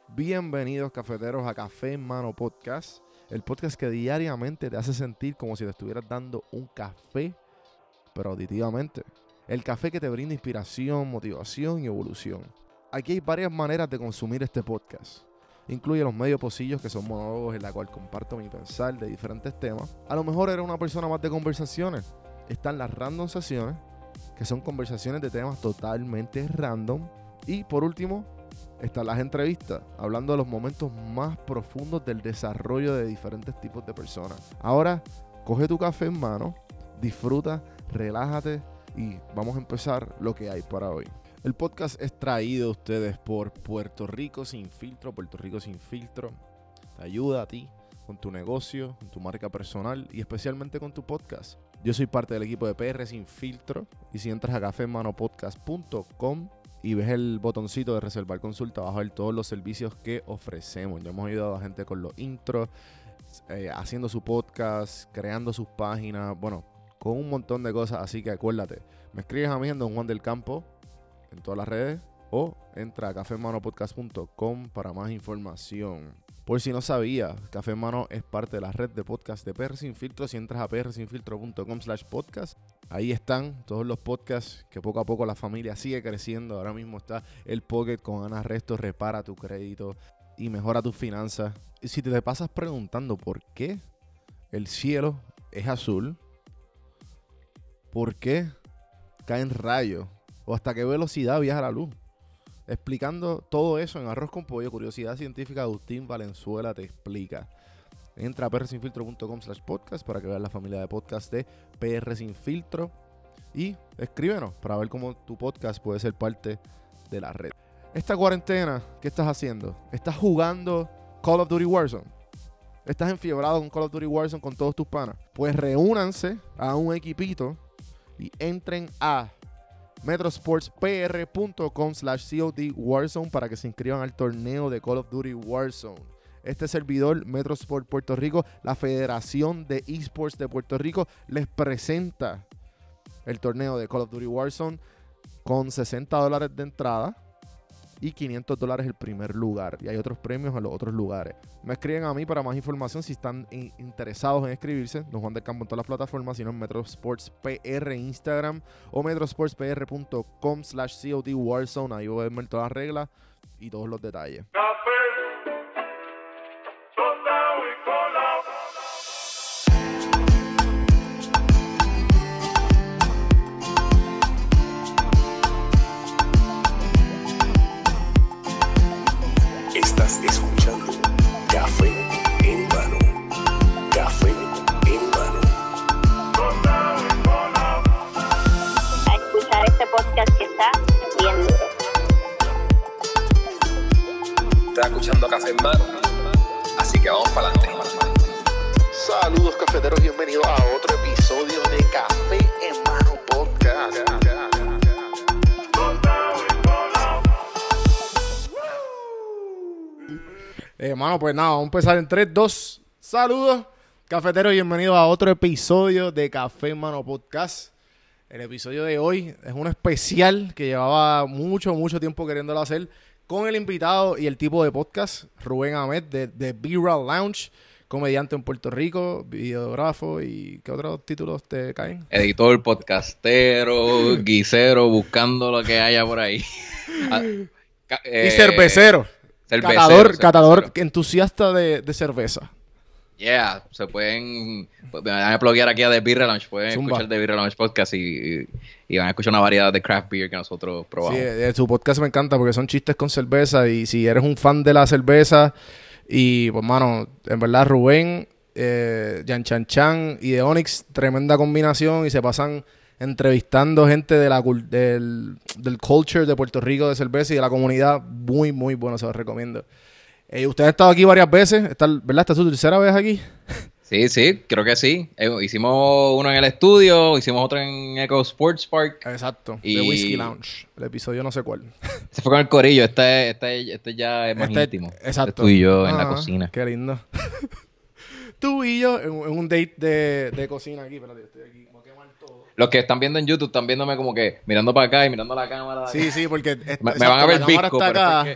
Bienvenidos cafeteros a Café en Mano Podcast, el podcast que diariamente te hace sentir como si te estuvieras dando un café, pero auditivamente. El café que te brinda inspiración, motivación y evolución. Aquí hay varias maneras de consumir este podcast. Incluye los medios pocillos, que son monólogos en la cual comparto mi pensar de diferentes temas. A lo mejor eres una persona más de conversaciones. Están las random sesiones, que son conversaciones de temas totalmente random. Y por último, están las entrevistas, hablando de los momentos más profundos del desarrollo de diferentes tipos de personas. Ahora, coge tu café en mano, disfruta, relájate y vamos a empezar lo que hay para hoy. El podcast es traído a ustedes por Puerto Rico Sin Filtro. Puerto Rico Sin Filtro te ayuda a ti con tu negocio, con tu marca personal y especialmente con tu podcast. Yo soy parte del equipo de PR Sin Filtro y si entras a cafemanopodcast.com y ves el botoncito de reservar consulta, vas a ver todos los servicios que ofrecemos. Ya hemos ayudado a gente con los intros, haciendo su podcast, creando sus páginas, bueno, con un montón de cosas. Así que acuérdate, me escribes a mí en Don Juan del Campo en todas las redes o entra a cafemanopodcast.com para más información. Por si no sabía, Café en Mano es parte de la red de podcast de PR Sin Filtro. Si entras a prsinfiltro.com/podcast, ahí están todos los podcasts que poco a poco la familia sigue creciendo. Ahora mismo está el Pocket con Ana Resto, repara tu crédito y mejora tus finanzas. Y si te pasas preguntando por qué el cielo es azul, por qué caen rayos o hasta qué velocidad viaja la luz, explicando todo eso en Arroz con Pollo, Curiosidad Científica, Agustín Valenzuela te explica. Entra a prsinfiltro.com/podcast para que veas la familia de podcast de PR Sin Filtro y escríbenos para ver cómo tu podcast puede ser parte de la red. Esta cuarentena, ¿qué estás haciendo? ¿Estás jugando Call of Duty Warzone? ¿Estás enfiebrado con Call of Duty Warzone con todos tus panas? Pues reúnanse a un equipito y entren a metrosportspr.com/COD Warzone para que se inscriban al torneo de Call of Duty Warzone. Este servidor, Metrosport Puerto Rico, la Federación de Esports de Puerto Rico, les presenta el torneo de Call of Duty Warzone con $60 de entrada y $500 el primer lugar. Y hay otros premios en los otros lugares. Me escriben a mí para más información si están interesados en inscribirse. Don Juan del Campo en todas las plataformas, sino en MetrosportsPR en Instagram o metrosportspr.com/COD Warzone. Ahí voy a ver todas las reglas y todos los detalles. Estás escuchando Café en Mano. Café en Mano. A escuchar este podcast que está bien duro. Estás escuchando Café en Mano. Así que vamos para adelante. Saludos cafeteros, bienvenidos a otro episodio de Café en Mano Podcast. Mano, pues nada, vamos a empezar en 3, 2. Saludos, cafeteros, bienvenidos a otro episodio de Café en Mano Podcast. El episodio de hoy es un especial que llevaba mucho tiempo queriéndolo hacer con el invitado y el tipo de podcast, Rubén Ahmed de B-Roll Lounge, comediante en Puerto Rico, videógrafo y ¿qué otros títulos te caen? Editor, podcastero, guisero, buscando lo que haya por ahí. Y cervecero. Catador entusiasta de cerveza. Yeah, se pueden... Me van a pluguear aquí a The Beer Lounge. Pueden Zumba. escuchar The Beer Lounge Podcast y van a escuchar una variedad de craft beer que nosotros probamos. Sí, su podcast me encanta porque son chistes con cerveza y si eres un fan de la cerveza y pues mano, en verdad Rubén, Jan Chan Chan y de Onyx, tremenda combinación y se pasan entrevistando gente de del culture de Puerto Rico de cerveza y de la comunidad. Muy bueno, se los recomiendo. Ustedes han estado aquí varias veces, ¿verdad? ¿Esta es su tercera vez aquí? Sí, creo que sí. Hicimos uno en el estudio, hicimos otro en Echo Sports Park. Exacto, Y... de Whiskey Lounge, el episodio no sé cuál. Se fue con el corillo, este ya es más íntimo. Exacto. Tú y yo en la cocina. Qué lindo. Tú y yo en un date de cocina aquí. Espérate, estoy aquí. Me voy a quemar todo. Los que están viendo en YouTube están viéndome como que mirando para acá y mirando la cámara. Sí, porque Me van a ver la cámara visco, está pero acá es que...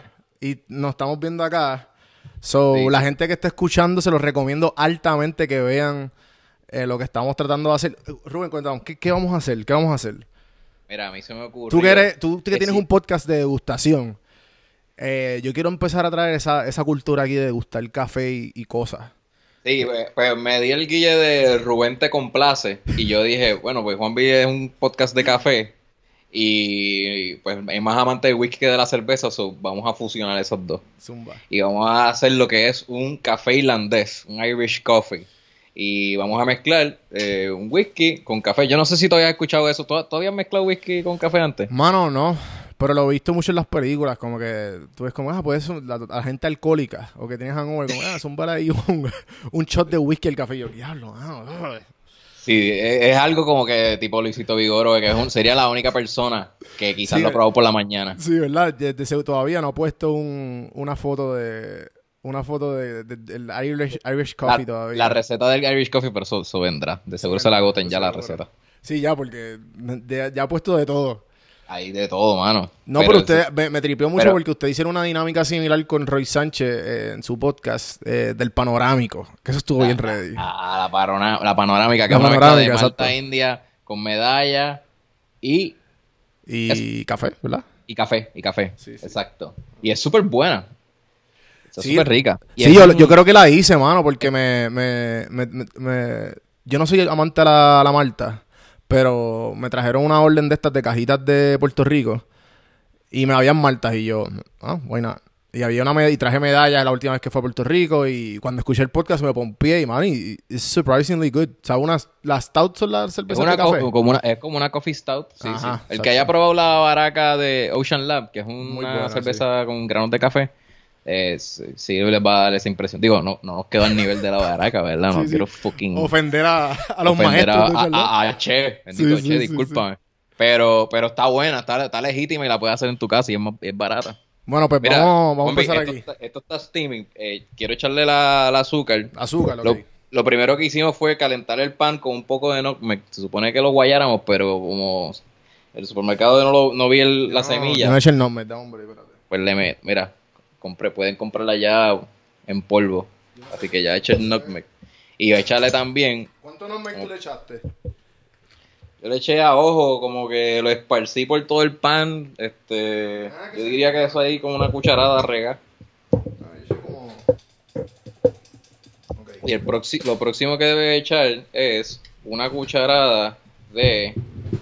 y nos estamos viendo acá. So, Sí. la gente que está escuchando, se los recomiendo altamente que vean lo que estamos tratando de hacer. Rubén, cuéntanos, ¿qué vamos a hacer? ¿Qué vamos a hacer? Mira, a mí se me ocurrió... Tú que tienes sí. un podcast de degustación. Yo quiero empezar a traer esa cultura aquí de degustar café y cosas. Sí, pues me di el guille de Rubén te complace y yo dije, bueno, pues Juanvi es un podcast de café y pues es más amante del whisky que de la cerveza, so vamos a fusionar esos dos. Zumba. Y vamos a hacer lo que es un café irlandés, un Irish coffee. Y vamos a mezclar un whisky con café. Yo no sé si todavía has escuchado eso. ¿Todavía has mezclado whisky con café antes? Mano, no. Pero lo he visto mucho en las películas. Como que tú ves como, pues la gente alcohólica. O que tienes hangover. Como, son para ahí un shot de whisky al café. Y yo, diablo, Sí, es algo como que tipo Luisito Vigoro, que sería la única persona que quizás Sí, lo ha probado por la mañana. Sí, ¿verdad? Todavía no ha puesto una foto de... del Irish Coffee todavía. La receta del Irish Coffee, pero eso vendrá. De seguro se la agoten ya la receta. Sí, ya, porque ya ha puesto de todo. Hay de todo, mano. No, pero usted me tripeó mucho porque usted hicieron una dinámica similar con Roy Sánchez en su podcast del panorámico. Que eso estuvo bien ready. La panorámica, que La es una mezcla de panorámica, malta exacto. india con medalla y Café, ¿verdad? café. Sí, sí. Exacto. Y es súper buena. Está Sí. súper rica. Y Sí, es yo creo que la hice, mano, porque yo no soy amante de la malta, pero me trajeron una orden de estas de cajitas de Puerto Rico y me habían maltas y yo, why not? Y había y traje medallas la última vez que fue a Puerto Rico y cuando escuché el podcast me pompié y, man, y it's surprisingly good. O sea, las stouts son las Es cervezas de café. es como una coffee stout. Sí, Ajá, sí. El exacto. que haya probado la baraca de Ocean Lab, que es Muy una buena, cerveza con granos de café, sí les va a dar esa impresión. Digo, no nos quedó al nivel de la baraca, ¿verdad? No Sí, sí. quiero fucking Ofender a los ofender maestros de Ocean Lab. a Che. Bendito Sí, sí, Che, sí, discúlpame. Pero está buena, está legítima y la puedes hacer en tu casa y es barata. Bueno, pues Mira, vamos a Juanvi, empezar aquí. Esto está steaming. Quiero echarle la azúcar. Azúcar, ok. Lo primero que hicimos fue calentar el pan con un poco de nutmeg. Se supone que lo guayáramos, pero como el supermercado no vi la semilla, Yo no eché el nombre, da hombre, espérate. pues mira, pueden comprarla ya en polvo. Así que ya eché el nutmeg. Y echarle también, ¿Cuánto nombre tú le echaste? yo le eché a ojo, como que lo esparcí por todo el pan. Yo diría que eso ahí como una cucharada rega. Y lo próximo que debe echar es una cucharada de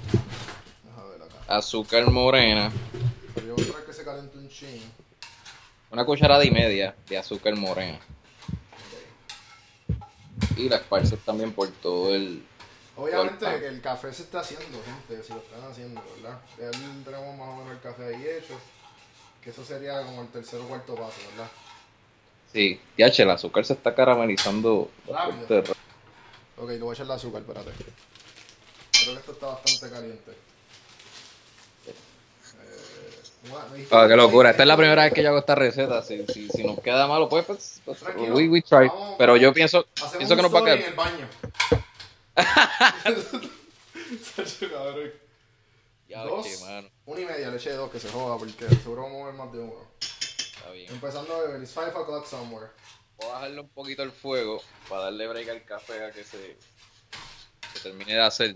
azúcar morena. Yo voy a traer que se calente un chin. Una cucharada y media de azúcar morena. Y la esparces también por todo el... Obviamente que el café se está haciendo, gente, si lo están haciendo, ¿verdad? Ya tenemos más o menos el café ahí hecho. Que eso sería como el tercer o cuarto paso, ¿verdad? Sí, el azúcar se está caramelizando Rápido. bastante. Ok, le voy a echar el azúcar, espérate. Creo que esto está bastante caliente. Qué locura. Esta es la primera vez que yo hago esta receta. Si nos queda malo, pues Tranquilo. we try. Vamos, Pero yo pienso Hacemos que nos va a story quedar. en el baño. Cabrón. Ya, Dos, oye, mano. 1:30, le eché 2 que se joda porque seguro vamos a ver más de uno. Está bien. Empezando a beber, it's 5 o'clock somewhere. Voy a bajarle un poquito el fuego para darle break al café a que se termine de hacer.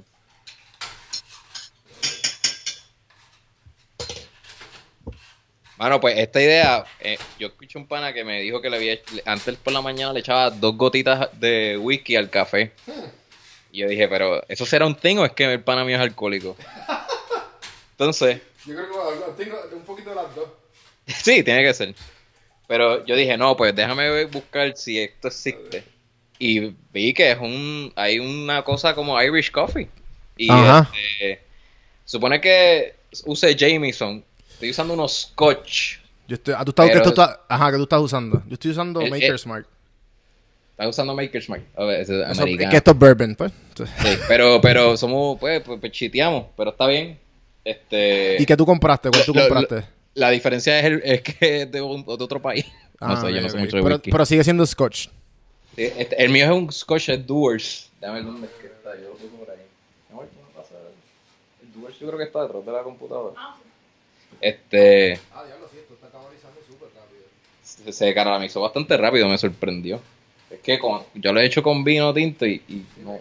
Mano, pues esta idea, yo escuché un pana que me dijo que antes por la mañana le echaba 2 gotitas de whisky al café. Y yo dije, pero ¿eso será un thing o es que el pana mío es alcohólico? Entonces, Yo creo que tengo un poquito de las dos. sí, tiene que ser. Pero yo dije, no, pues déjame buscar si esto existe. Y vi que hay una cosa como Irish Coffee. Y Ajá. supone que use Jameson. Estoy usando unos Scotch. Tú estás, Pero- ¿qué tú estás usando? Yo estoy usando Maker's Mark. Estás usando Maker's Mark. A ver, ese es Es americano. que esto es bourbon, pues. Sí, pero somos, pues chiteamos. Pero está bien. ¿Y qué tú compraste? ¿Cuál tú compraste? La diferencia es que es de otro país. No sé, yo no sé ok. mucho de whisky. Pero sigue siendo Scotch. Sí, el mío es un Scotch Doers. Déjame ver dónde es que está. Yo lo puse por ahí. Amor, ¿qué me pasa? El Doers yo creo que está detrás de la computadora. Diablo, sí, esto está calorizando súper rápido. se caramelizó bastante rápido, me sorprendió. Es que yo lo he hecho con vino tinto y no.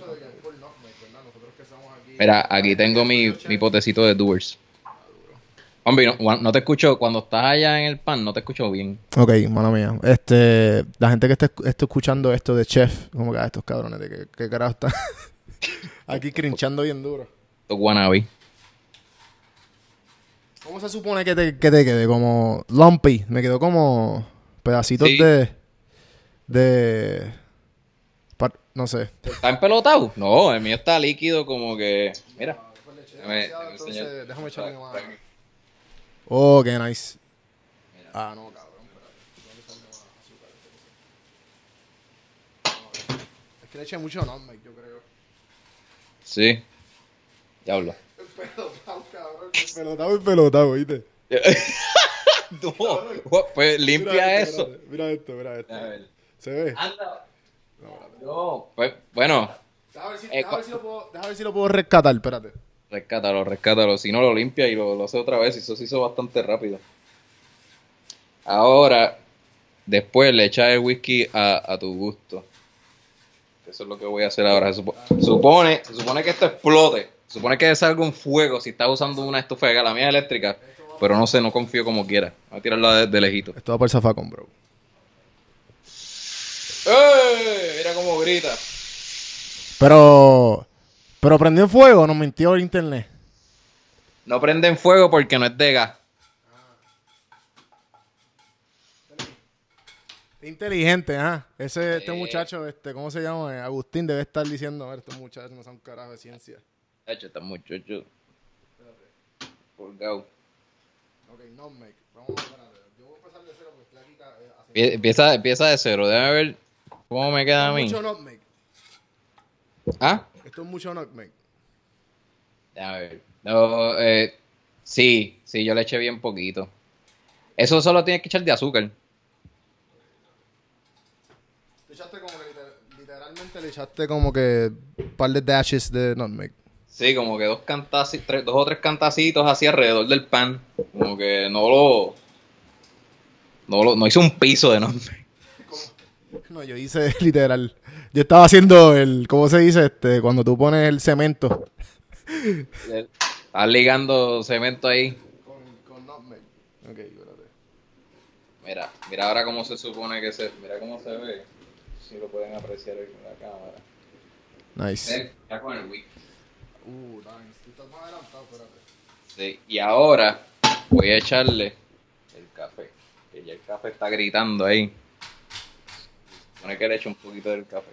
Mira, aquí tengo mi potecito de Doers. Hombre, no te escucho, cuando estás allá en el pan, no te escucho bien. Ok, mala mía. La gente que esté escuchando esto de Chef, como que estos cabrones, de qué carajo están aquí crinchando bien duro. Los wannabe. ¿Cómo se supone que te quede? Como lumpy. Me quedó como pedacitos Sí. no sé. ¿Está empelotado? No, el mío está líquido como que... Mira. Déjame echarle más. Oh, qué nice. Ah, no, cabrón. Es que le eché mucho nutmeg, yo creo. Sí. Diablo. Pelotado, cabrón. Pelotado, ¿viste? No, pues limpia eso. Mira esto. A ver. ¿Se ve? Anda. No, pues bueno, Déjame ver si lo puedo rescatar, espérate. rescátalo. Si no, lo limpia y lo hace otra vez. Y eso se hizo bastante rápido. Ahora, después le echas el whisky a tu gusto. Eso es lo que voy a hacer ahora. Se supone que esto explote. Se supone que salga un fuego si estás usando una estufa de gas. La mía es eléctrica. Pero no sé, no confío como quiera. Voy a tirarla de lejito. Esto va para el zafacón, bro. ¡Eh! Mira cómo grita. Pero prendió fuego, nos mintió el internet. No prenden fuego porque no es de gas. Inteligente, ajá. Este muchacho, ¿cómo se llama? Agustín debe estar diciendo, a ver, estos muchachos no son un carajo de ciencia. Hecho, está muchacho. Colgado. Ok, nutmeg. Vamos a espérate. Yo voy a empezar de cero porque estoy aquí haciendo... Empieza de cero. Déjame ver cómo me queda a mí. Mucho nutmeg. ¿Ah? Esto es mucho nutmeg. Déjame ver. No, sí, yo le eché bien poquito. Eso solo tienes que echar de azúcar. Tú echaste como que literalmente le echaste como que un par de dashes de nutmeg. Sí, como que dos o tres cantacitos así alrededor del pan. Como que no hizo un piso de nombre. No, yo hice literal. Yo estaba haciendo ¿cómo se dice? Cuando tú pones el cemento. Estás ligando cemento ahí. Con nutmeg. Ok, espérate. Mira ahora cómo se supone que mira cómo se ve. Si lo pueden apreciar ahí con la cámara. Nice. Ya con el whisky. Nice. Tú estás más adelantado, espérate. Sí, y ahora voy a echarle el café. Que ya el café está gritando ahí. Supone que le echo un poquito del café.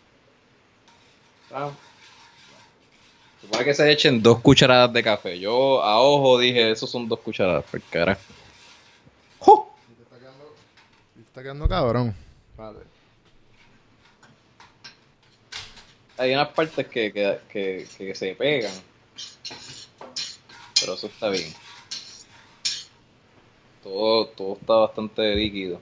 Supone que se echen 2 cucharadas de café. Yo a ojo dije, esos son 2 cucharadas, por cara. ¡Oh! Te está quedando cabrón. Vale. Hay unas partes que se pegan. Pero eso está bien. Todo está bastante líquido.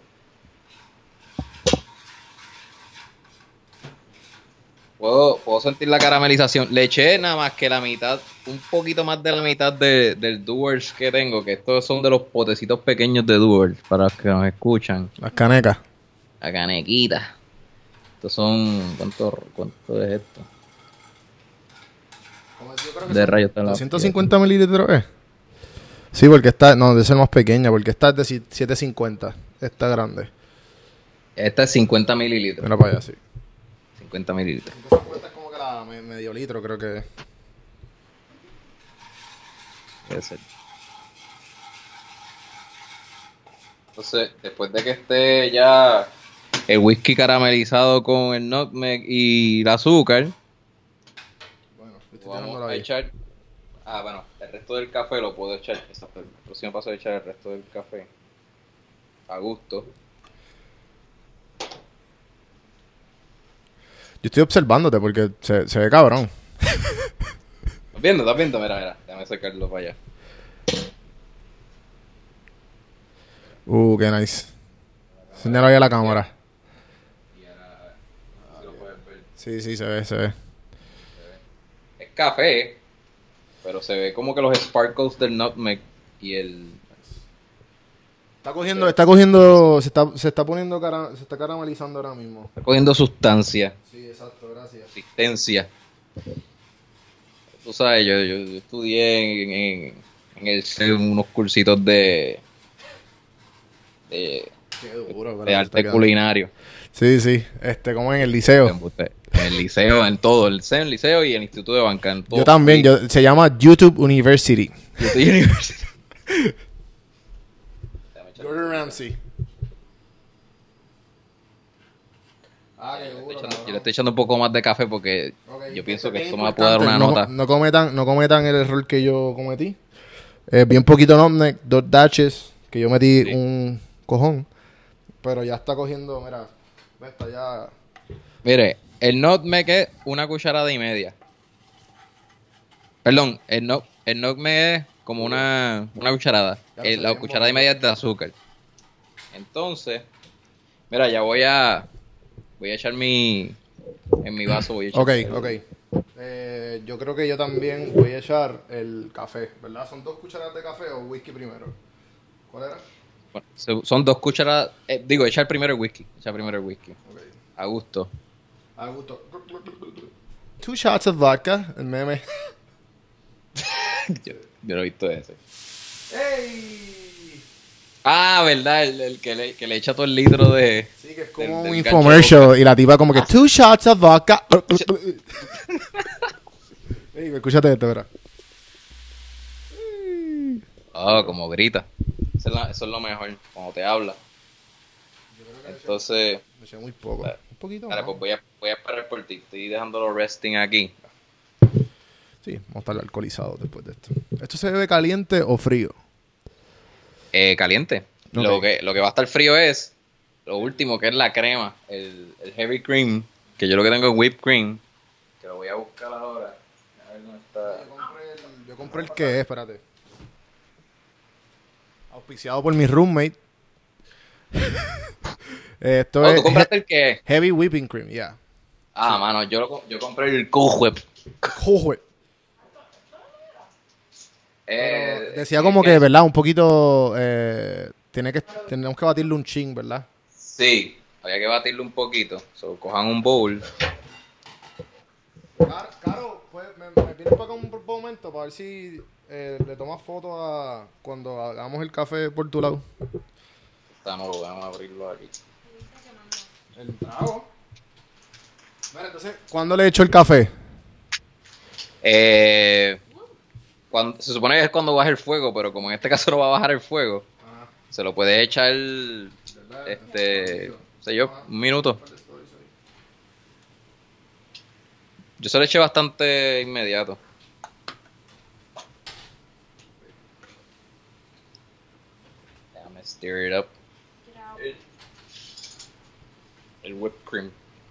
Puedo sentir la caramelización. Le eché nada más que la mitad, un poquito más de la mitad del Doers que tengo, que estos son de los potecitos pequeños de Doers, para los que nos escuchan. Las canecas. La canequita. Estos son... ¿Cuánto es esto? De rayos está la 250 mililitros, Sí, porque no, debe ser más pequeña, porque esta es de 750. Esta grande. Esta es 50 mililitros. Mira para allá, sí. 50 mililitros. 150 es como que la medio litro, creo que. Debe ser. Entonces, después de que esté ya el whisky caramelizado con el nutmeg y el azúcar, Bueno, vamos a echar... bueno, el resto del café lo puedo echar. El próximo paso es echar el resto del café a gusto. Yo estoy observándote porque se ve cabrón. ¿Estás viendo? Mira, déjame sacarlo para allá. Qué nice. Señala ahí a la cámara. Y ahora, si lo puedes ver. Sí, se ve. Es café, pero se ve como que los sparkles del nutmeg y el... se está poniendo se está caramelizando ahora mismo. Está cogiendo sustancia, Sí, exacto, gracias. existencia. Tú sabes, yo estudié en el CEU unos cursitos de Qué duro, de arte culinario. Sí, sí, como en el liceo. En el liceo, en todo, el CEU, el liceo y el Instituto de Banca. En todo. Yo también, se llama YouTube University. YouTube University. Gordon Ramsay. Qué duro, Yo le estoy echando un poco más de café porque yo pienso que esto me va a poder dar una importante, nota. no cometan el error que yo cometí. Bien poquito nutmeg, 2 dashes, que yo metí un cojón. Pero ya está cogiendo, mira, está ya... Mire, el nutmeg es 1,5 cucharadas. Perdón, el nutmeg es como una cucharada. La 1,5 cucharadas es de azúcar. Entonces, mira, ya voy a echar en mi vaso. Voy a echar Ok. Yo creo que yo también voy a echar el café, ¿verdad? ¿Son 2 cucharadas de café o whisky primero? ¿Cuál era? Bueno, son 2 cucharadas. Echar primero el whisky. Okay. A gusto. 2 shots of vodka, el meme. yo no he visto ese. ¡Ey! Ah, ¿verdad? El que le echa todo el litro de... Sí, que es como del un gancho infomercial y la tipa como que 2 shots of vodka. Ey, escúchate esto, ¿verdad? Como grita. Eso es lo mejor, cuando te habla. Entonces, Me eché muy poco. Un poquito dale, más. pues voy a esperar por ti. Estoy dejándolo resting aquí. Sí, vamos a estar alcoholizados después de esto. ¿Esto se bebe caliente o frío? Caliente. Ok. Lo que va a estar frío es lo último, que es la crema, el heavy cream, que yo lo que tengo es whipped cream, que lo voy a buscar ahora. A ver dónde está. Yo compré el que es, espérate. Auspiciado por mi roommate. Esto Oh, es ¿tú compraste el que? Heavy Whipping Cream, ya. Ah, mano, yo compré el Cool Whip. Joder. Decía como ¿qué que, es? ¿verdad? Un poquito... tenemos que batirle un ching, ¿verdad? Sí, había que batirlo un poquito. So, cojan un bowl. Caro, pues, me vienes para acá un momento para ver si le tomas foto a cuando hagamos el café por tu lado. Vamos a abrirlo aquí. El trago. Mira, entonces, ¿cuándo le echo el café? Se supone que es cuando baja el fuego, pero como en este caso no va a bajar el fuego, se lo puede echar, sé yo, un minuto. Yo se lo eché bastante inmediato. Déjame stir it up. El whipped cream.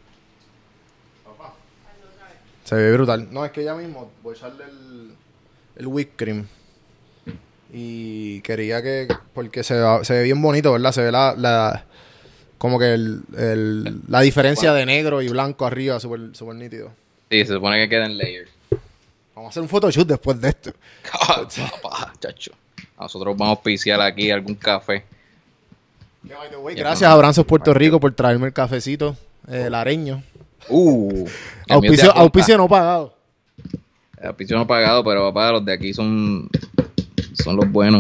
Se ve brutal. No, es que ya mismo voy a echarle el whipped cream. Y quería que... Porque se ve bien bonito, ¿verdad? Se ve como que la diferencia de negro y blanco arriba, súper super nítido. Sí, se supone que queda en layers. Vamos a hacer un photoshoot después de esto. Papá, chacho. Nosotros vamos a auspiciar aquí algún café. Gracias a Abranzos Puerto Rico por traerme el cafecito lareño. El mío es de Auspicio no pagado. auspicio no pagado, pero papá, los de aquí son los buenos.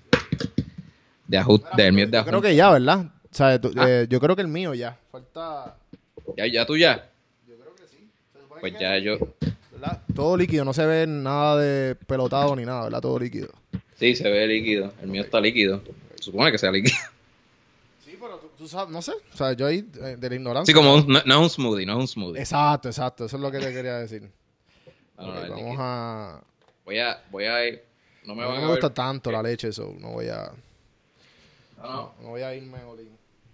Del mío es de Yo creo ajuste. que ya, ¿verdad? O sea, yo creo que el mío ya. Falta... ¿Ya tú ya? Yo creo que sí. Se supone Pues que ya queda yo... líquido, ¿verdad? Todo líquido, no se ve nada de pelotado ni nada, ¿verdad? Todo líquido. Sí, se ve líquido. El mío está líquido. Se supone que sea líquido. Sí, pero tú sabes, no sé. O sea, yo ahí de la ignorancia. Sí, como no es un smoothie, no es un smoothie. Exacto. Eso es lo que te quería decir. No, Ok, es vamos líquido. a... Voy a ir... No me No van me a gusta ver. tanto la leche, eso. No voy a... No. No voy a irme olín.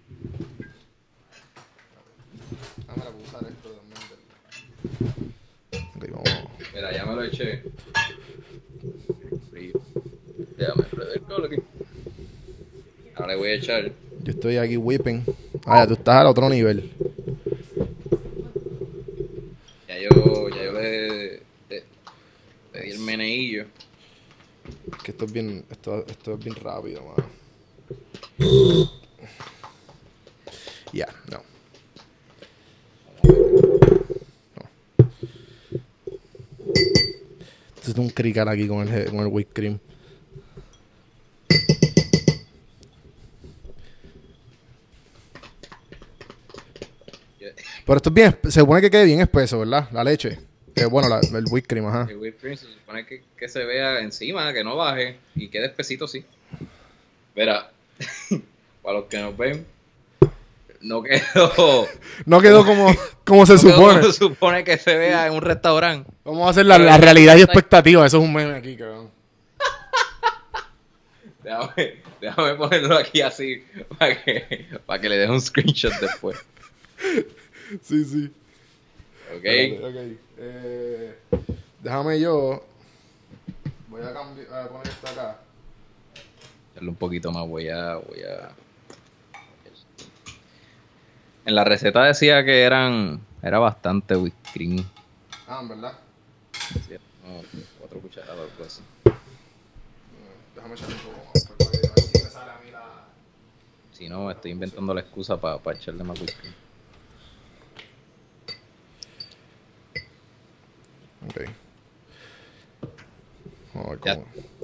Ah, mira, puedo usar esto también. Ok, vamos. Mira, ya me lo eché. Frío. Déjame prender el cable aquí. Ahora le voy a echar. Yo estoy aquí whipping. Ah, ya tú estás al otro nivel. Ya yo le di el meneillo. Que esto es bien rápido, mano. Ya, no. Esto es un crical aquí con el whipped cream. Pero esto es bien, se supone que quede bien espeso, ¿verdad? La leche. Bueno, el whipped cream, ajá. El whipped cream se supone que se vea encima, que no baje y quede espesito, sí. Verá, para los que nos ven, no quedó... No quedó como se no quedó supone. como se supone que se vea en un restaurante. Vamos a hacer la realidad y expectativa. Eso es un meme aquí, cabrón. Déjame ponerlo aquí así para que le deje un screenshot después. Sí, sí. Ok. Okay. Déjame yo. Voy a poner esto acá. Darle un poquito más, voy a... En la receta decía que era bastante whipped cream. En verdad. Sí, 4 cucharadas o algo así. Déjame echarle un poco más. Para que a ver si me sale a mí la... Si no, estoy inventando la excusa para echarle más whipped cream. Ok. Ya.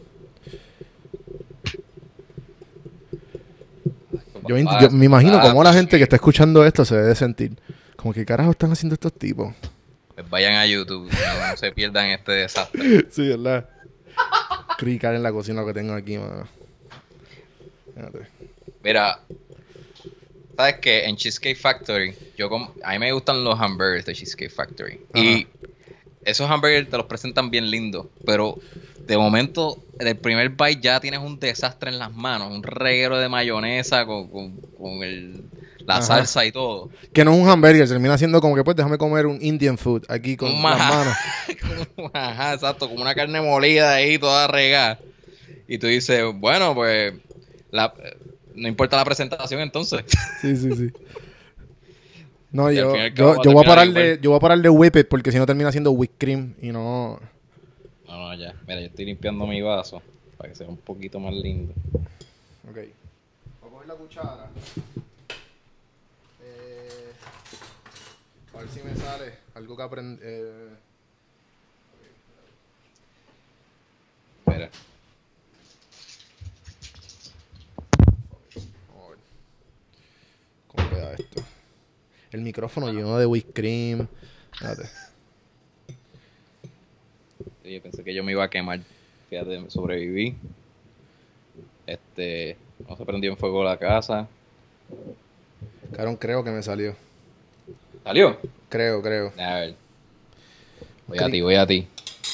Yo me imagino cómo la gente que está escuchando esto se debe sentir. Como que carajo están haciendo estos tipos. Pues vayan a YouTube, no se pierdan este desastre. Sí, ¿verdad? Cricar en la cocina lo que tengo aquí, mano. Fíjate. Mira, ¿sabes qué? En Cheesecake Factory, a mí me gustan los hamburgers de Cheesecake Factory. Ajá. Y esos hamburgers te los presentan bien lindos, pero de momento, en el primer bite ya tienes un desastre en las manos, un reguero de mayonesa con la Ajá. salsa y todo. Que no es un hamburger, termina siendo como que pues déjame comer un Indian food aquí con Un las manos. Ajá, exacto, como una carne molida ahí, toda regada. Y tú dices, bueno, pues, no importa la presentación entonces. Sí, sí, sí. No, Y al yo fin y al cabo va a voy a parar terminar igual. yo voy a parar de whip it porque si no termina siendo whipped cream y no... No, ya. Mira, yo estoy limpiando mi vaso para que sea un poquito más lindo. Ok. Voy a coger la cuchara. A ver si me sale algo que aprendí. Mira. Vamos a ver. ¿Cómo queda esto? El micrófono lleno de whipped cream. Espérate. Sí, yo pensé que yo me iba a quemar. Fíjate, sobreviví. No se prendió en fuego la casa. Cabrón, creo que me salió. ¿Salió? Creo. A ver. Voy a ti.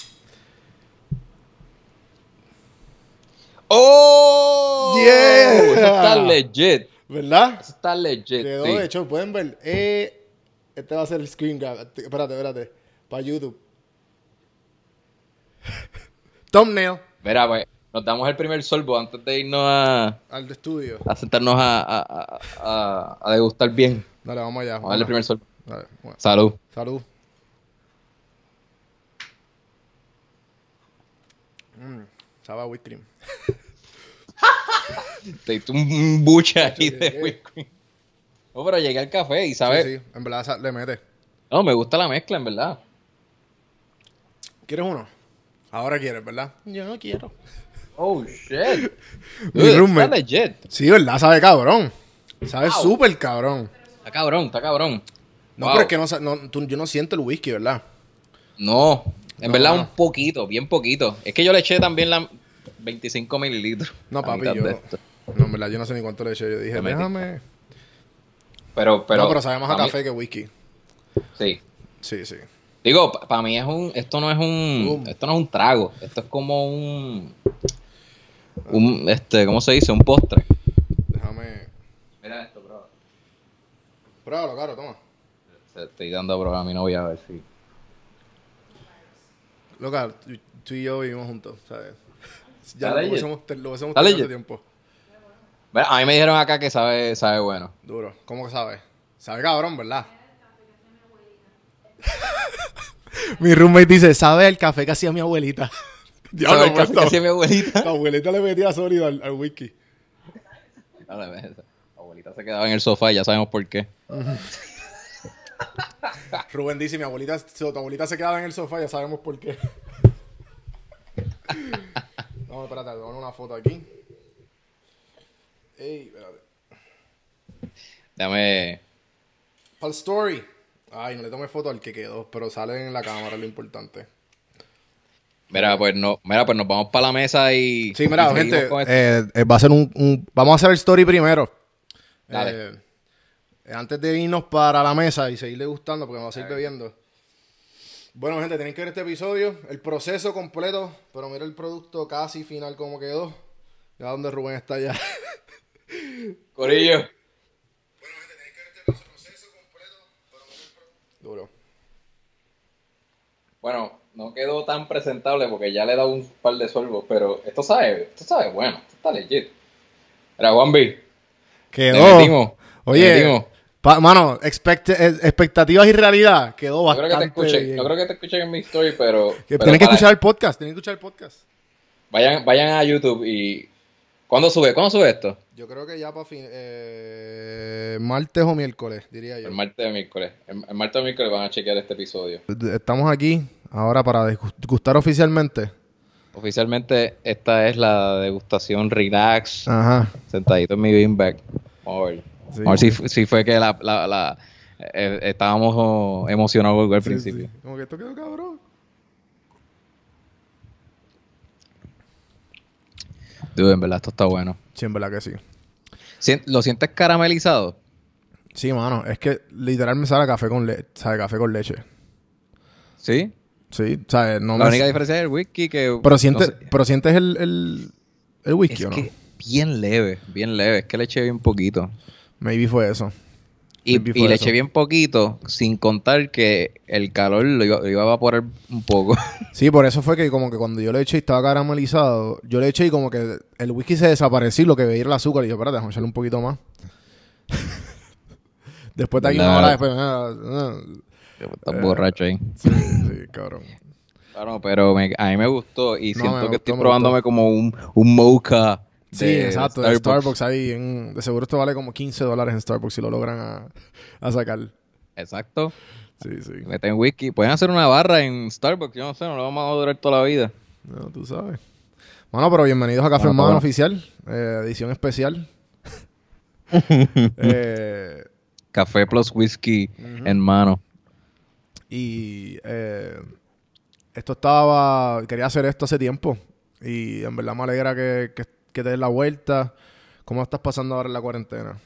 ¡Oh! Yeah. Eso está legit. ¿Verdad? Eso está legit. Quedó Sí. de hecho, pueden ver. Este va a ser el screen grab. Espérate. Para YouTube. Thumbnail. Mira, pues, nos damos el primer sorbo antes de irnos Al de estudio. a sentarnos a degustar bien. Dale, vamos allá. Vamos a darle el primer sorbo. Dale, bueno. Salud. Salud. Sabe a whipped cream. Te diste un buche ahí Chacho, de ¿qué? whipped cream. No, pero llegué al café y, ¿sabes? Sí, en verdad le mete. No, me gusta la mezcla, en verdad. ¿Quieres uno? Ahora quieres, ¿verdad? Yo no quiero. Oh, shit. Mi Dude, roommate. está legit. Sí, ¿verdad? Sabe cabrón. Sabe Wow. súper cabrón. Está cabrón. No, Wow. pero es que yo no siento el whisky, ¿verdad? No, en No, verdad no. un poquito, bien poquito. Es que yo le eché también 25 mililitros. No, la papi, mitad yo... de esto. No, en verdad, yo no sé ni cuánto le eché. Yo dije, Te metí. déjame... Pero no, pero sabe más a pa' mí- café que whisky. Sí. Sí, sí. Digo, para mí esto no es Boom. un trago. Esto es como ¿cómo se dice? Un postre. Déjame... Mira esto, bro. Pruébalo, claro, toma. Estoy dando a probar a mi novia a ver si. Loca, tú y yo vivimos juntos, ¿sabes? Ya ¿Está lo legit? hacemos ¿Está tenido hace legit? tiempo. Mira, a mí me dijeron acá que sabe bueno. Duro. ¿Cómo que sabe? Sabe cabrón, ¿verdad? Mi roommate dice, sabe el café que hacía mi abuelita. ¿Sabe el café que hacía mi abuelita? La abuelita le metía sólido al whisky. Dale, ve, la abuelita se quedaba en el sofá y ya sabemos por qué. Rubén dice, mi abuelita, si tu abuelita se quedaba en el sofá, ya sabemos por qué. No, espérate, te voy a poner una foto aquí. Ey, espérate. Dame. Para el story. Ay, no le tomé foto al que quedó, pero sale en la cámara, lo importante. Mira, pues nos vamos para la mesa y. Sí, mira, y seguimos gente, con esto. va a ser vamos a hacer el story primero. Dale. Antes de irnos para la mesa y seguir degustando, porque me va a seguir bebiendo. Bueno, gente, tienen que ver este episodio, el proceso completo, pero mira el producto casi final como quedó. Ya donde Rubén está ya. Corillo. Bueno, gente, tienen que ver este proceso completo, pero mira el producto. Duro. Bueno, no quedó tan presentable porque ya le he dado un par de sorbos, pero esto sabe bueno, esto está legit. Mira, Juanvi. Quedó. Le metimos. Oye, mano, expectativas y realidad quedó No creo que te bastante bien. no creo que te escuchen en mi story, pero Tienen que escuchar el podcast, tienen que escuchar el podcast. vayan a YouTube y ¿cuándo sube esto? Yo creo que ya para martes o miércoles, diría yo. El martes o miércoles. El martes o miércoles van a chequear este episodio. Estamos aquí ahora para degustar oficialmente. Oficialmente esta es la degustación relax, Ajá. sentadito en mi beanbag. Vamos a ver. Sí. Vamos a ver si fue que estábamos emocionados al Sí, principio. sí. Como que esto quedó cabrón. Dude, en verdad esto está bueno. Sí, en verdad que sí. ¿Lo sientes caramelizado? Sí, mano, es que literal me sabe café con leche. ¿Sí? Sí, ¿sabes? No La me... única diferencia es el whisky que... Pero sientes, no sé, pero sientes el whisky, es ¿o no? que bien leve. Es que le eché bien poquito. Maybe fue eso. Y Maybe fue le eso. eché bien poquito, sin contar que el calor lo iba a evaporar un poco. Sí, por eso fue que como que cuando yo le eché y estaba caramelizado, yo le eché y como que el whisky se desapareció y lo que veía era el azúcar. Y yo, espérate, déjame echarle un poquito más. Después de aquí una hora después... Estás borracho ahí. Sí, cabrón. Claro, pero a mí me gustó y No, siento me que estoy gustó, me probándome gustó. como un mocha Sí, exacto. De Starbucks ahí. De seguro esto vale como $15 en Starbucks si lo logran a sacar. Exacto. Sí, sí. Meten whisky. Pueden hacer una barra en Starbucks. Yo no sé, no lo vamos a durar toda la vida. No, tú sabes. Bueno, pero bienvenidos a Café Bueno, Hermano bueno. Oficial. Edición especial. Café plus whisky en mano. Y quería hacer esto hace tiempo. Y en verdad me alegra que te des la vuelta. ¿Cómo estás pasando ahora en la cuarentena?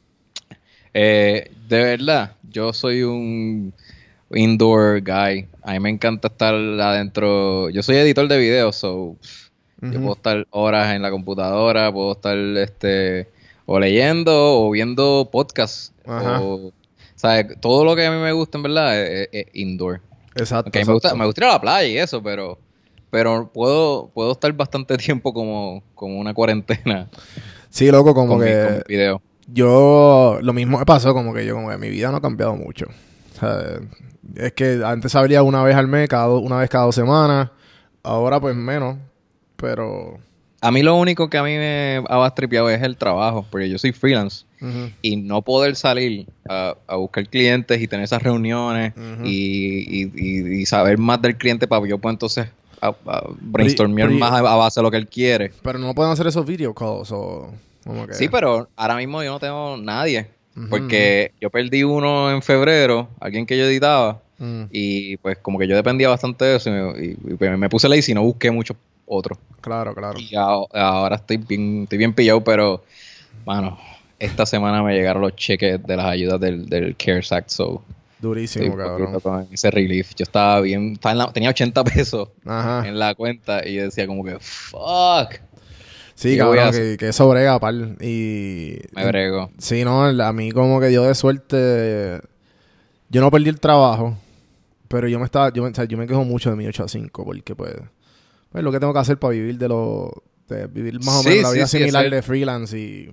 De verdad, yo soy un indoor guy. A mí me encanta estar adentro. Yo soy editor de videos, so yo puedo estar horas en la computadora, puedo estar o leyendo o viendo podcasts. Ajá. ¿Sabes? Todo lo que a mí me gusta en verdad es indoor. Exacto. Okay, me gusta ir a la playa y eso, pero puedo estar bastante tiempo como una cuarentena Sí, loco, como con mi que video. yo lo mismo me pasó, como que mi vida no ha cambiado mucho. O sea, es que antes salía una vez al mes, una vez cada 2 semanas. Ahora pues menos, pero... A mí lo único que a mí me ha bastripeado es el trabajo, porque yo soy freelance y no poder salir a buscar clientes y tener esas reuniones y saber más del cliente para yo pueda entonces a brainstormear más a base de lo que él quiere. Pero no pueden hacer esos video calls o... Como que... Sí, pero ahora mismo yo no tengo nadie, porque yo perdí uno en febrero, alguien que yo editaba, y pues como que yo dependía bastante de eso y me puse lazy y no busqué muchos otros. Claro. Y ahora estoy bien pillado, pero, mano, esta semana me llegaron los cheques de las ayudas del CARES Act, so Durísimo, estoy un cabrón. poquito con ese relief. Yo estaba bien, tenía 80 pesos Ajá. en la cuenta y yo decía como que, fuck. Sí, ¿Qué voy a cabrón, hacer? que eso brega, pal. Y... Me brego. Sí, no, a mí como que dio de suerte... Yo no perdí el trabajo, pero yo me quejo mucho de mi 8 a 5, porque pues lo que tengo que hacer para vivir de vivir más o menos la vida similar de freelance y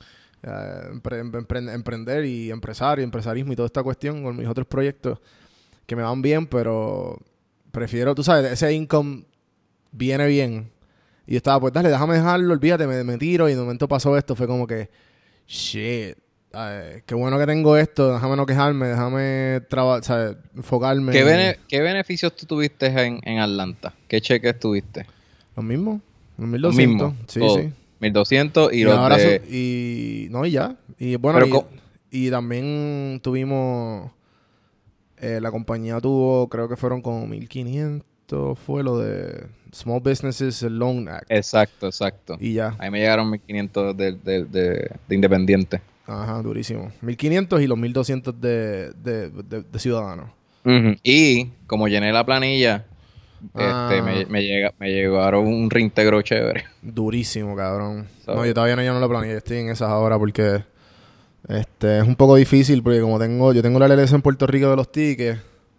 emprender y empresarismo y toda esta cuestión con mis otros proyectos que me van bien, pero prefiero, tú sabes, ese income viene bien. Y yo estaba, pues dale, déjame dejarlo, olvídate, me tiro. Y de momento pasó esto, fue como que Shit. Qué bueno que tengo esto. Déjame no quejarme. Déjame enfocarme. ¿Qué beneficios tú tuviste en Atlanta? ¿Qué cheques tuviste? Los mismos. Los Los 1200. mismos. Sí, Todos. sí. 1200 y Y los ahora de... no, y ya. Y bueno, Pero y también tuvimos... la compañía tuvo, creo que fueron como 1500, fue lo de Small Businesses Loan Act. Exacto. Y ya. Ahí me llegaron 1500 de independiente. Ajá, durísimo. 1500 y los 1200 de ciudadanos. Ujú. Y como llené la planilla, Ah. me llegaron un reintegro chévere. Durísimo, cabrón. So- No, yo todavía no lleno la planilla, estoy en esas ahora porque es un poco difícil porque como yo tengo la LLC en Puerto Rico de los tickets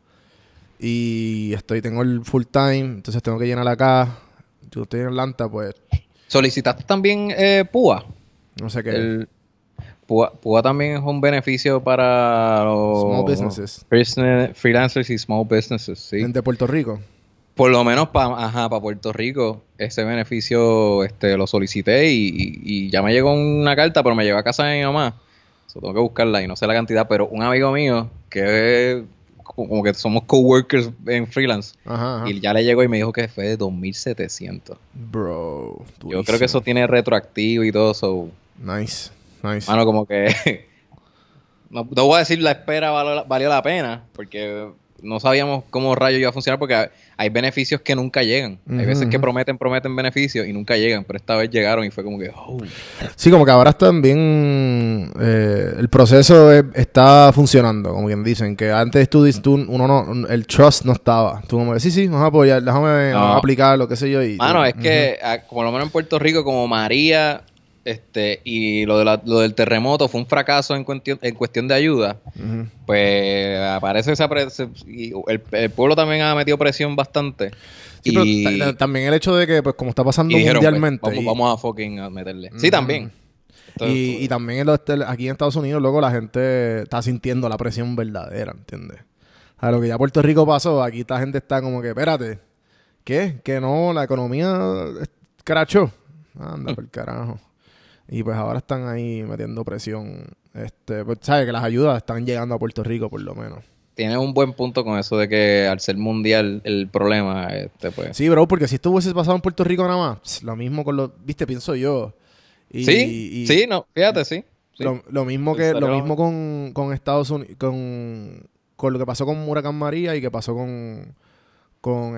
y tengo el full time, entonces tengo que llenar acá. Yo estoy en Atlanta, pues ¿Solicitaste también PUA? no sé qué. El PUA también es un beneficio para los Small businesses. freelancers y small businesses, sí. De Puerto Rico. Por lo menos para Puerto Rico, ese beneficio lo solicité y ya me llegó una carta, pero me llegó a casa de mi mamá. Tengo que buscarla y no sé la cantidad, pero un amigo mío que como que somos coworkers en freelance Ajá. y ya le llegó y me dijo que fue de 2700. Bro. Yo creo que eso tiene retroactivo y todo eso. Nice. Mano, como que no voy a decir la espera valió la pena, porque no sabíamos cómo rayos iba a funcionar, porque hay beneficios que nunca llegan. Hay veces que prometen beneficios y nunca llegan, pero esta vez llegaron y fue como que... Oh. Sí, como que ahora están bien... el proceso está funcionando, como quien dicen, que antes el trust no estaba. Tú como que, sí, vamos a apoyar, déjame aplicar lo que sé yo. Mano, es que, por lo menos en Puerto Rico, como María... y lo del terremoto fue un fracaso en cuestión de ayuda, pues aparece y el pueblo también ha metido presión bastante. Sí, pero también el hecho de que, pues, como está pasando dijeron, mundialmente... pues, vamos a fucking meterle. Sí, también. Y también aquí en Estados Unidos, luego la gente está sintiendo la presión verdadera, ¿entiendes? A lo que ya Puerto Rico pasó, aquí esta gente está como que, espérate, ¿qué? Que no, la economía crachó. Anda, por carajo. Y pues ahora están ahí metiendo presión. Pues sabes que las ayudas están llegando a Puerto Rico por lo menos. Tienes un buen punto con eso de que al ser mundial el problema, pues... Sí, bro, porque si esto hubiese pasado en Puerto Rico nada más, lo mismo con viste, pienso yo. Sí, no, fíjate, sí. Lo mismo con Estados Unidos, con lo que pasó con Huracán María y que pasó con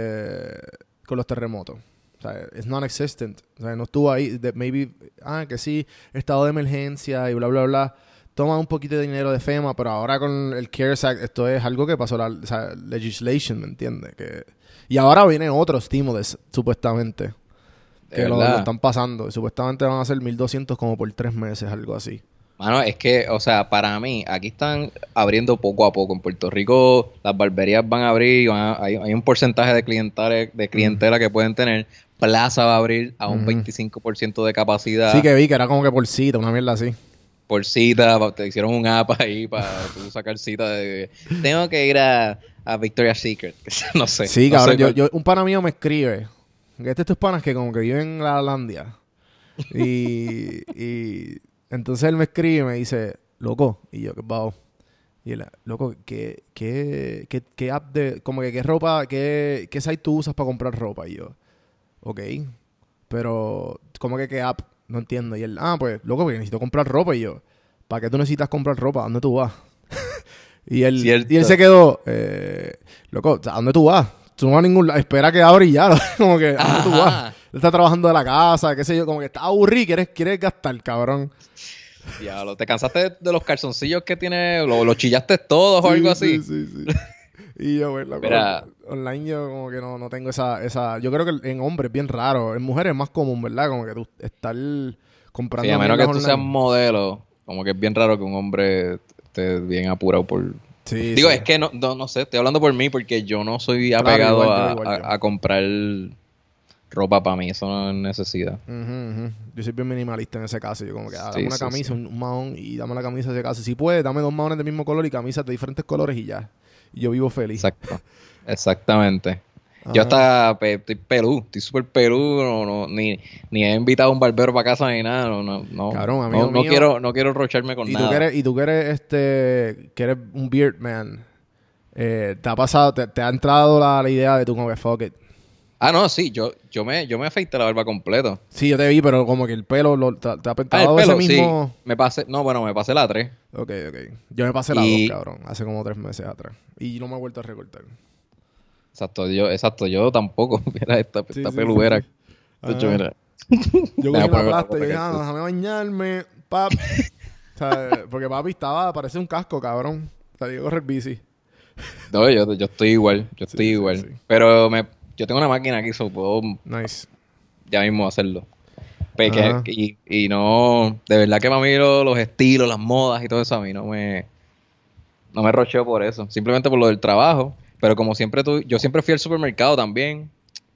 los terremotos. O sea, it's non-existent. O sea, no estuvo ahí. Que sí, estado de emergencia y bla, bla, bla. Toma un poquito de dinero de FEMA, pero ahora con el CARES Act, esto es algo que pasó legislation, ¿me entiendes? Y ahora viene otro stimulus, supuestamente. Que lo están pasando. Y supuestamente van a ser 1,200 como por 3 meses, algo así. Mano, es que, o sea, para mí, aquí están abriendo poco a poco. En Puerto Rico las barberías van a abrir, hay un porcentaje de clientela que pueden tener. Plaza va a abrir a un 25% de capacidad. Sí, que vi que era como que por cita, una mierda así. Por cita, te hicieron un app ahí para tú sacar cita de... Tengo que ir a Victoria's Secret. No sé. Sí, no cabrón, sé, un pana mío me escribe. Estos panas que como que viven en la Landia. Y entonces él me escribe y me dice, loco, y yo, ¿qué bajo? Y él, loco, ¿qué app como que qué ropa, qué site tú usas para comprar ropa? Y yo, ok, pero ¿cómo que qué app? No entiendo. Y él, pues, loco, porque necesito comprar ropa. Y yo, ¿para qué tú necesitas comprar ropa? ¿A dónde tú vas? y él se quedó, loco, ¿a dónde tú vas? Tú no vas a ningún lado. Espera que abra y ya. Como que, ¿a dónde tú vas? Él está trabajando de la casa, qué sé yo. Como que está aburrido, quieres gastar, cabrón. Diablo, ¿te cansaste de los calzoncillos que tiene? ¿Los chillaste todos o algo así? Sí. Y yo, bueno, online yo como que no tengo esa... Yo creo que en hombres es bien raro. En mujeres es más común, ¿verdad? Como que tú estar comprando... Sí, a menos que tú online. seas modelo. Como que es bien raro que un hombre esté bien apurado por... Sí, Digo, sí. es que no sé, estoy hablando por mí porque yo no soy apegado a comprar ropa para mí. Eso no es necesidad. Yo soy bien minimalista en ese caso. Yo como que dame una camisa, un mahón y dame la camisa de ese caso. Si puedes, dame 2 mahones del mismo color y camisas de diferentes colores y ya. Y yo vivo feliz. Exacto. Exactamente. Yo hasta estoy pelú, estoy súper pelú, ni he invitado a un barbero para casa ni nada, no, Cabrón, amigo no mío. quiero rocharme con Y nada. tú que eres que eres un beard man, ¿te ha pasado, te ha entrado la idea de tú como que fuck it? Ah, no, sí, yo me afeité la barba completo. Sí, yo te vi, pero como que el pelo te ha El dado ese pelo, mismo... sí, me pasé la 3. Ok. Yo me pasé la 2, Y, cabrón, hace como 3 meses atrás. Y no me he vuelto a recortar. yo tampoco, mira esta pelubera. Sí. Tacho, Ajá. mira. Yo cogí Déjame una ponerme la plasta y ropa yo dije, que esto. déjame bañarme, pap. O sea, porque papi parece un casco, cabrón. Salí a correr bici. No, yo estoy igual, Sí. Pero yo tengo una máquina aquí, so puedo Nice. ya mismo hacerlo. Ajá. Y no, de verdad que para mí los estilos, las modas y todo eso a mí no me rocheo por eso, simplemente por lo del trabajo. Pero como siempre yo siempre fui al supermercado también,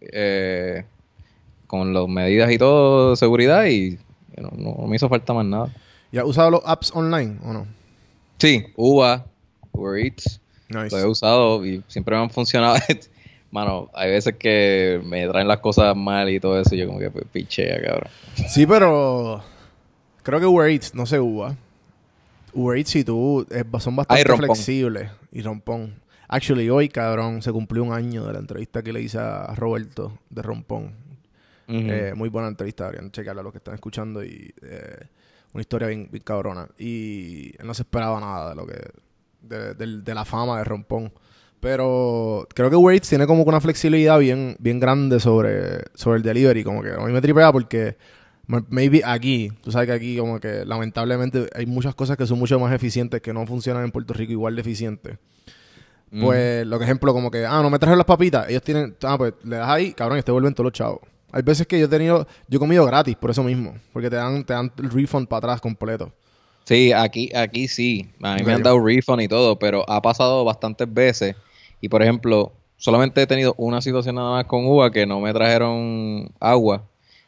con las medidas y todo de seguridad y no me hizo falta más nada. ¿Ya has usado los apps online o no? Sí, Uber Eats, lo he Nice. usado y siempre me han funcionado. Mano, hay veces que me traen las cosas mal y todo eso y yo como que pues, pichea, cabrón. Sí, pero creo que Uber Eats, no sé Uber. Uber Eats y tú son Ay, bastante rompón. flexibles y rompón. Actually, hoy, cabrón, se cumplió un año de la entrevista que le hice a Roberto de Rompón. Ujú. Muy buena entrevista, deberían checarla los que están escuchando y una historia bien cabrona. Y él no se esperaba nada de lo que de la fama de Rompón. Pero creo que Uber Eats tiene como que una flexibilidad bien grande sobre el delivery. Como que a mí me tripea porque maybe aquí, tú sabes que aquí como que lamentablemente hay muchas cosas que son mucho más eficientes que no funcionan en Puerto Rico igual de eficientes. Pues, lo que ejemplo, como que, no me trajeron las papitas. Ellos tienen, pues le das ahí, cabrón, y te vuelven todos los chavos. Hay veces que yo he comido gratis por eso mismo. Porque te dan el refund para atrás completo. Sí, aquí sí. A mí ¿En me han serio? dado refund y todo, pero ha pasado bastantes veces. Y por ejemplo, solamente he tenido una situación nada más con Uva que no me trajeron agua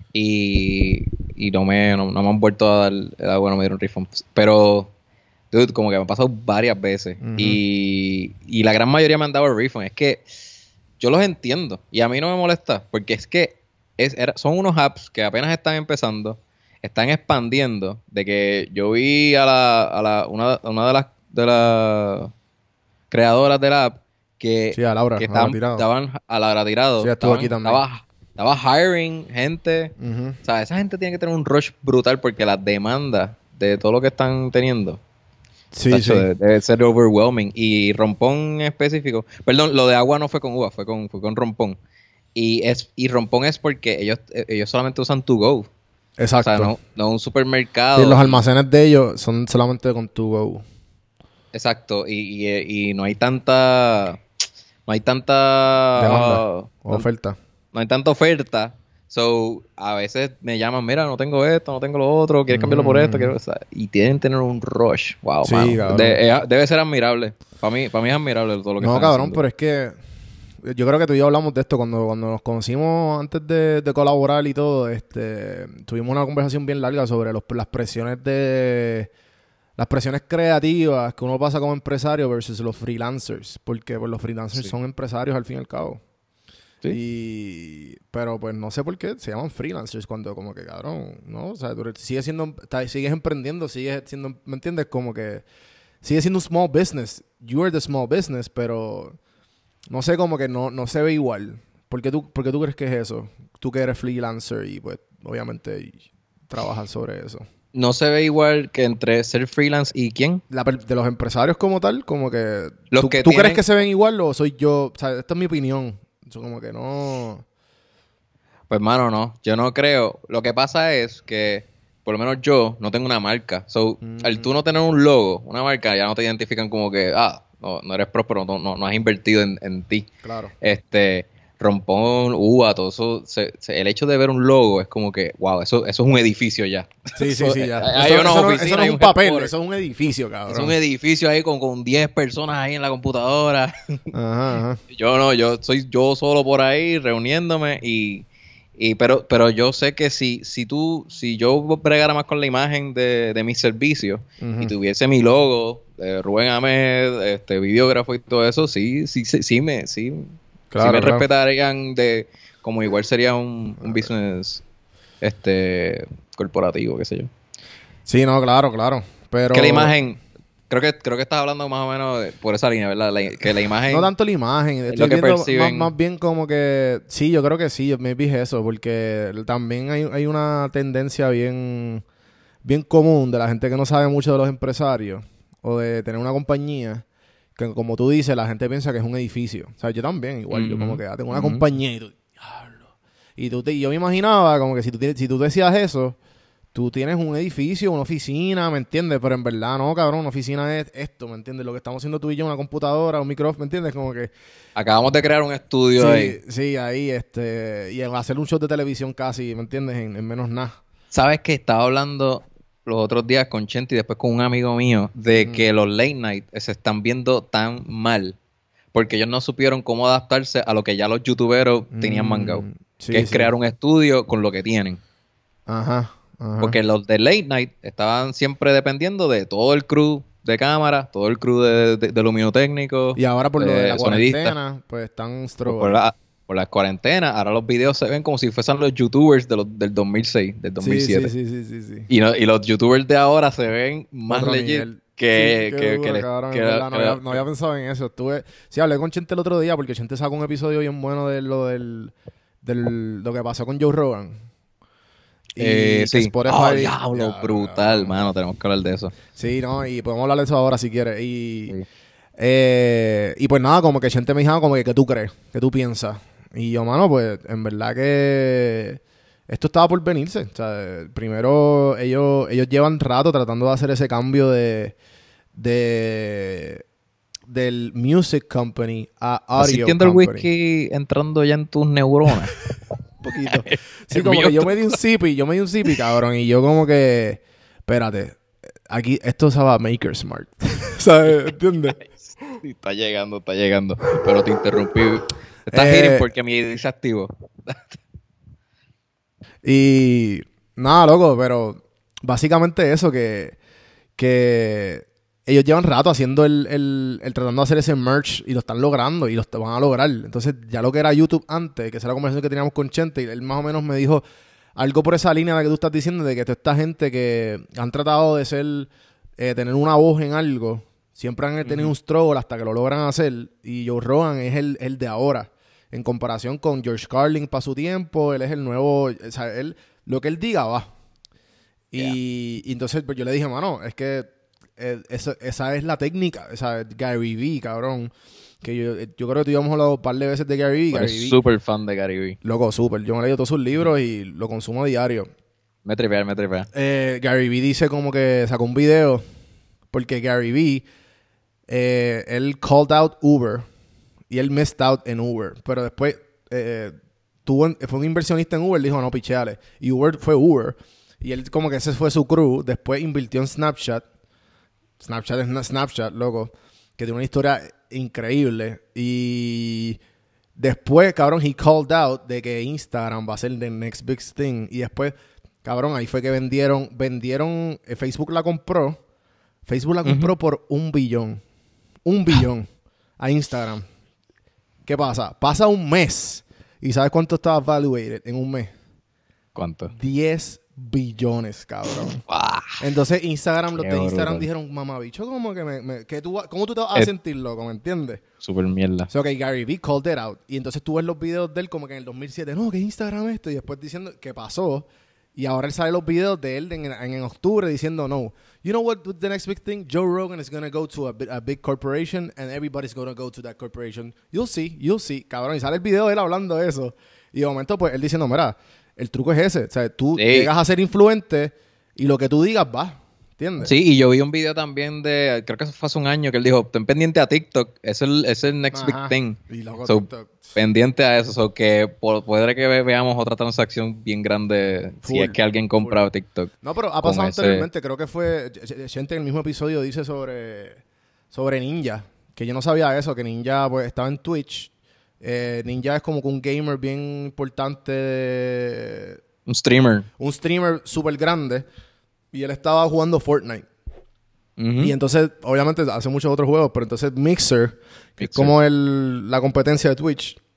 y no me han vuelto a dar el agua, no me dieron refund. Pero, dude, como que me ha pasado varias veces. Ujú. Y la gran mayoría me han dado el refund. Es que yo los entiendo y a mí no me molesta porque es que son unos apps que apenas están empezando, están expandiendo. De que yo vi una de las creadoras de la app Sí, a Laura, que a la tirada. estaban a la hora tirado, Sí, estuvo aquí también. estaba hiring gente. Ujú. O sea, esa gente tiene que tener un rush brutal porque las demandas de todo lo que están teniendo, Sí, tacho, sí. debe ser overwhelming. Y Rompón en específico, perdón, lo de agua no fue con uva, fue con Rompón. Y Rompón es porque ellos solamente usan To Go. O sea, Exacto. no un Sí, supermercado. los almacenes de ellos son solamente con tu go. Exacto. Y no hay tanta. No hay tanta. Demanda o no, oferta. no hay tanta oferta. So, a veces me llaman, mira, no tengo esto, no tengo lo otro, ¿quieres cambiarlo por esto? Ujú. O sea, y tienen que tener un rush. Wow, Sí, mano. cabrón. Debe ser admirable. Para mí es admirable todo lo que No, están cabrón, haciendo. pero es que yo creo que tú y yo hablamos de esto cuando nos conocimos antes de colaborar y todo. Tuvimos una conversación bien larga sobre las presiones creativas que uno pasa como empresario versus los freelancers, porque pues, los freelancers Sí. son empresarios al fin y al cabo. Sí. Pero pues no sé por qué se llaman freelancers cuando como que cabrón, ¿no? O sea, tú sigues emprendiendo, sigues siendo, ¿me entiendes? Como que sigue siendo un small business. You are the small business, pero no sé, como que no se ve igual. ¿Por qué tú crees que es eso? Tú que eres freelancer y pues obviamente trabajas sobre eso. No se ve igual que entre ser freelance y quién. De los empresarios como tal, como que... Los ¿Tú que crees tienen- que se ven igual o soy yo? O sea, esta es mi opinión. Eso como que no... Pues, mano, no. Yo no creo. Lo que pasa es que, por lo menos yo, no tengo una marca. So, al tú no tener un logo, una marca, ya no te identifican como que, no eres próspero, no has invertido en ti. Claro. Rompón, uva, todo eso. El hecho de ver un logo es como que, wow, eso es un edificio ya. Sí, Eso, ya. Hay una Eso no oficina, es hay un papel, headquarter. eso es un edificio, cabrón. Es un edificio ahí con 10 personas ahí en la computadora. Ajá. Yo soy yo solo por ahí reuniéndome pero yo sé que si yo bregara más con la imagen de mis servicios Ujú. y tuviese mi logo de Rubén Ahmed, videógrafo y todo eso, sí Claro, sí me claro. respetarían de como igual sería un business corporativo, qué sé yo. Sí, no, claro, claro. Pero Que la imagen, creo que estás hablando más o menos por esa línea, ¿verdad? Que la no imagen tanto la imagen, es estoy lo que viendo perciben. más bien como que sí, yo creo que sí, me dije eso, porque también hay una tendencia bien común de la gente que no sabe mucho de los empresarios o de tener una compañía, que como tú dices, la gente piensa que es un edificio. O sea, yo también, igual, yo como que tengo una compañía y tú, diablo. Y yo me imaginaba como que si tú decías eso, tú tienes un edificio, una oficina, ¿me entiendes? Pero en verdad no, cabrón, una oficina es esto, ¿me entiendes? Lo que estamos haciendo tú y yo, una computadora, un micrófono, ¿me entiendes? Como que Acabamos de crear un estudio ahí. sí, ahí, y hacer un show de televisión casi, ¿me entiendes? En menos nada. ¿Sabes que estaba hablando los otros días con Chente y después con un amigo mío de que los late night se están viendo tan mal porque ellos no supieron cómo adaptarse a lo que ya los youtuberos tenían mangado, Sí, que es sí. crear un estudio con lo que tienen. Ajá. Porque los de late night estaban siempre dependiendo de todo el crew de cámara, todo el crew de luminotécnicos, Y ahora por lo de la sonidistas. cuarentena, pues están Pues struggling. por la cuarentena, ahora los videos se ven como si fuesen los youtubers del 2006, del 2007. Sí. Y los youtubers de ahora se ven más Otro legit nivel. que, Sí, que, qué duro, les- cabrón, que- es verdad, que- no había pensado en eso. Sí, hablé con Chente el otro día porque Chente sacó un episodio bien bueno de lo que pasó con Joe Rogan. Y que sí. Spotify... Oh, diablo, Ya, brutal, cabrón. mano, tenemos que hablar de eso. Sí, no, y podemos hablar de eso ahora si quieres. Sí. Y pues nada, como que Chente me dijo como que ¿qué tú crees? ¿Qué tú piensas? Y yo, mano, pues en verdad que esto estaba por venirse. O sea, primero ellos llevan rato tratando de hacer ese cambio del music company a ¿Estás audio sintiendo el company. whisky entrando ya en tus neuronas? Un poquito. Sí, El como mío que yo me di un sipi, cabrón, y yo como que, espérate, aquí esto se llama Maker Smart. ¿Sabes? ¿Entiendes? Sí, está llegando. Pero te interrumpí. Estás Eh, hitting porque mi dice activo. Y nada, loco, pero básicamente eso, que ellos llevan rato haciendo el tratando de hacer ese merch y lo están logrando y van a lograr. Entonces, ya lo que era YouTube antes, que esa era la conversación que teníamos con Chente, y él más o menos me dijo algo por esa línea de la que tú estás diciendo, de que toda esta gente que han tratado de tener una voz en algo, siempre han tenido un struggle hasta que lo logran hacer. Y Joe Rogan es el de ahora. En comparación con George Carlin para su tiempo, él es el nuevo... O sea, lo que él diga va. Y entonces pues, yo le dije, mano, es que esa es la técnica. O sea, Gary Vee, cabrón. Que yo creo que tú y yo hemos hablado un par de veces de Gary Vee. Eres súper fan de Gary Vee. Loco, súper. Yo me he leído todos sus libros y lo consumo a diario. Me tripea. Gary Vee dice como que sacó un video porque Gary Vee, él called out Uber y él missed out en Uber. Pero después fue un inversionista en Uber, dijo, no, picheale. Y Uber fue Uber. Y él como que ese fue su crew. Después invirtió en Snapchat. Snapchat es Snapchat, loco. Que tiene una historia increíble. Y después, cabrón, he called out de que Instagram va a ser the next big thing. Y después, cabrón, ahí fue que vendieron, Facebook la compró. Facebook la compró por $1 billón. $1 billón a Instagram. ¿Qué pasa? Pasa un mes. ¿Y sabes cuánto estaba valuated en un mes? ¿Cuánto? 10 billones, cabrón. ¡Ah! Entonces Instagram, los Qué de Instagram brutal. dijeron, mamabicho, como que ¿cómo tú te vas a sentir, loco? ¿Me entiendes? Súper mierda. O sea, que Gary Vee called it out. Y entonces tú ves los videos de él como que en el 2007, no, que Instagram esto. Y después diciendo que pasó. Y ahora él sale los videos de él en octubre diciendo, no, you know what the next big thing? Joe Rogan is going to go to a big corporation and everybody's going to go to that corporation. You'll see. Cabrón, y sale el video de él hablando de eso. Y de momento, pues, él diciendo, mira, el truco es ese. O sea, tú Sí. llegas a ser influente y lo que tú digas va. ¿Entiendes? Sí, y yo vi un video también creo que eso fue hace un año, que él dijo, ten pendiente a TikTok, es el next Ajá. big thing. Y loco, So, TikTok. pendiente a eso, so que puede que veamos otra transacción bien grande si Full, es que alguien compra TikTok. No, pero ha con pasado ese- anteriormente. Creo que fue... Gente en el mismo episodio dice sobre Ninja. Que yo no sabía eso. Que Ninja pues estaba en Twitch. Ninja es como que un gamer bien importante. Un streamer. Un streamer súper grande. Y él estaba jugando Fortnite. Ujú. Y entonces, obviamente, hace muchos otros juegos. Pero entonces Mixer, que es Mixer. como la competencia de Twitch,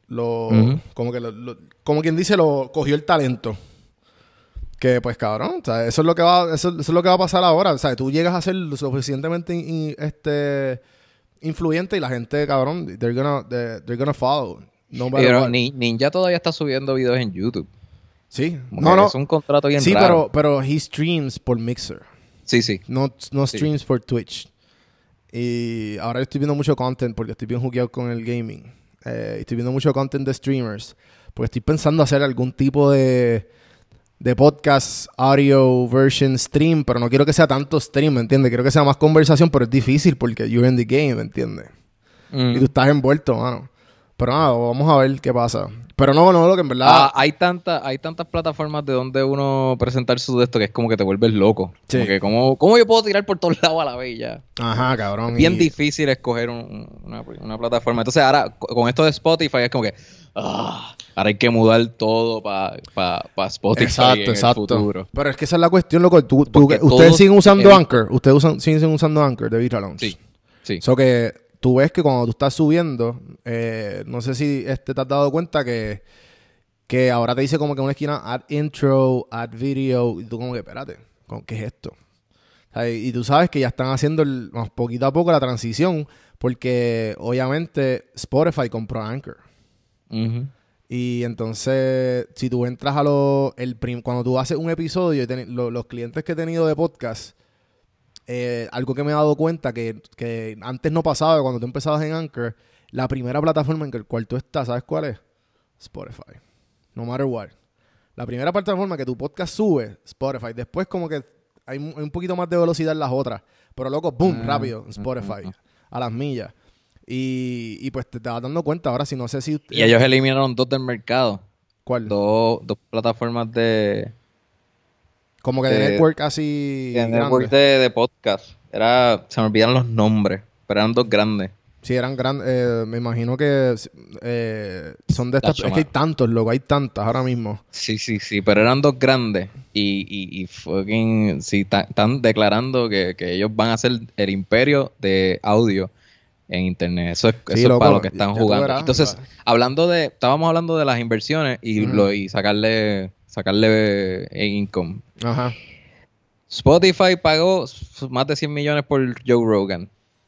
como que como quien dice, lo cogió el talento. Que pues cabrón, o sea, eso es lo que va a pasar ahora. O sea, tú llegas a ser lo suficientemente influyente y la gente, cabrón, they're gonna follow. No matter Pero what. Ninja todavía está subiendo videos en YouTube. Sí. Como que es un contrato bien raro. pero he streams por Mixer. Sí. No streams por Twitch. Y ahora estoy viendo mucho content porque estoy bien jugueado con el gaming. Estoy viendo mucho content de streamers. Porque estoy pensando hacer algún tipo de podcast, audio version stream, pero no quiero que sea tanto stream, ¿me entiendes? Quiero que sea más conversación, pero es difícil porque you're in the game, ¿me entiendes? Y tú estás envuelto, mano. Pero nada, vamos a ver qué pasa. Pero no, lo que en verdad... hay tantas plataformas de donde uno presentar su de esto que es como que te vuelves loco. Sí. Como que, ¿cómo yo puedo tirar por todos lados a la vez ya? Ajá, cabrón. Es bien difícil escoger una plataforma. Entonces ahora, con esto de Spotify, es como que... ahora hay que mudar todo para Spotify en el futuro. Pero es que esa es la cuestión, loco. Ustedes siguen usando Anchor. Siguen usando Anchor de Vitra Lounge. Sí. So que tú ves que cuando tú estás subiendo, no sé si te has dado cuenta que ahora te dice como que en una esquina add intro, add video, y tú como que, espérate, ¿qué es esto? O sea, y tú sabes que ya están haciendo poquito a poco la transición, porque obviamente Spotify compró Anchor. Uh-huh. Y entonces, si tú entras a cuando tú haces un episodio, los clientes que he tenido de podcast, algo que me he dado cuenta que antes no pasaba, cuando tú empezabas en Anchor, la primera plataforma en la cual tú estás, ¿sabes cuál es? Spotify. No matter what. La primera plataforma que tu podcast sube, Spotify. Después como que hay un poquito más de velocidad en las otras. Pero loco, boom, rápido, Spotify. A las millas. Y pues te vas dando cuenta ahora, si no sé si... Y ellos eliminaron 2 del mercado. ¿Cuál? Dos plataformas de... Como que de network así... De network de podcast. Se me olvidaron los nombres, pero eran 2 grandes. Sí, eran grandes. Me imagino que son de estas... Es que hay tantos, loco. Hay tantas ahora mismo. Sí. Pero eran 2 grandes. Y fucking... Sí, están declarando que ellos van a ser el imperio de audio en internet. Eso es loco, para lo que están jugando. Verás, entonces, estábamos hablando de las inversiones y sacarle income. Ajá. Spotify pagó más de 100 millones por Joe Rogan.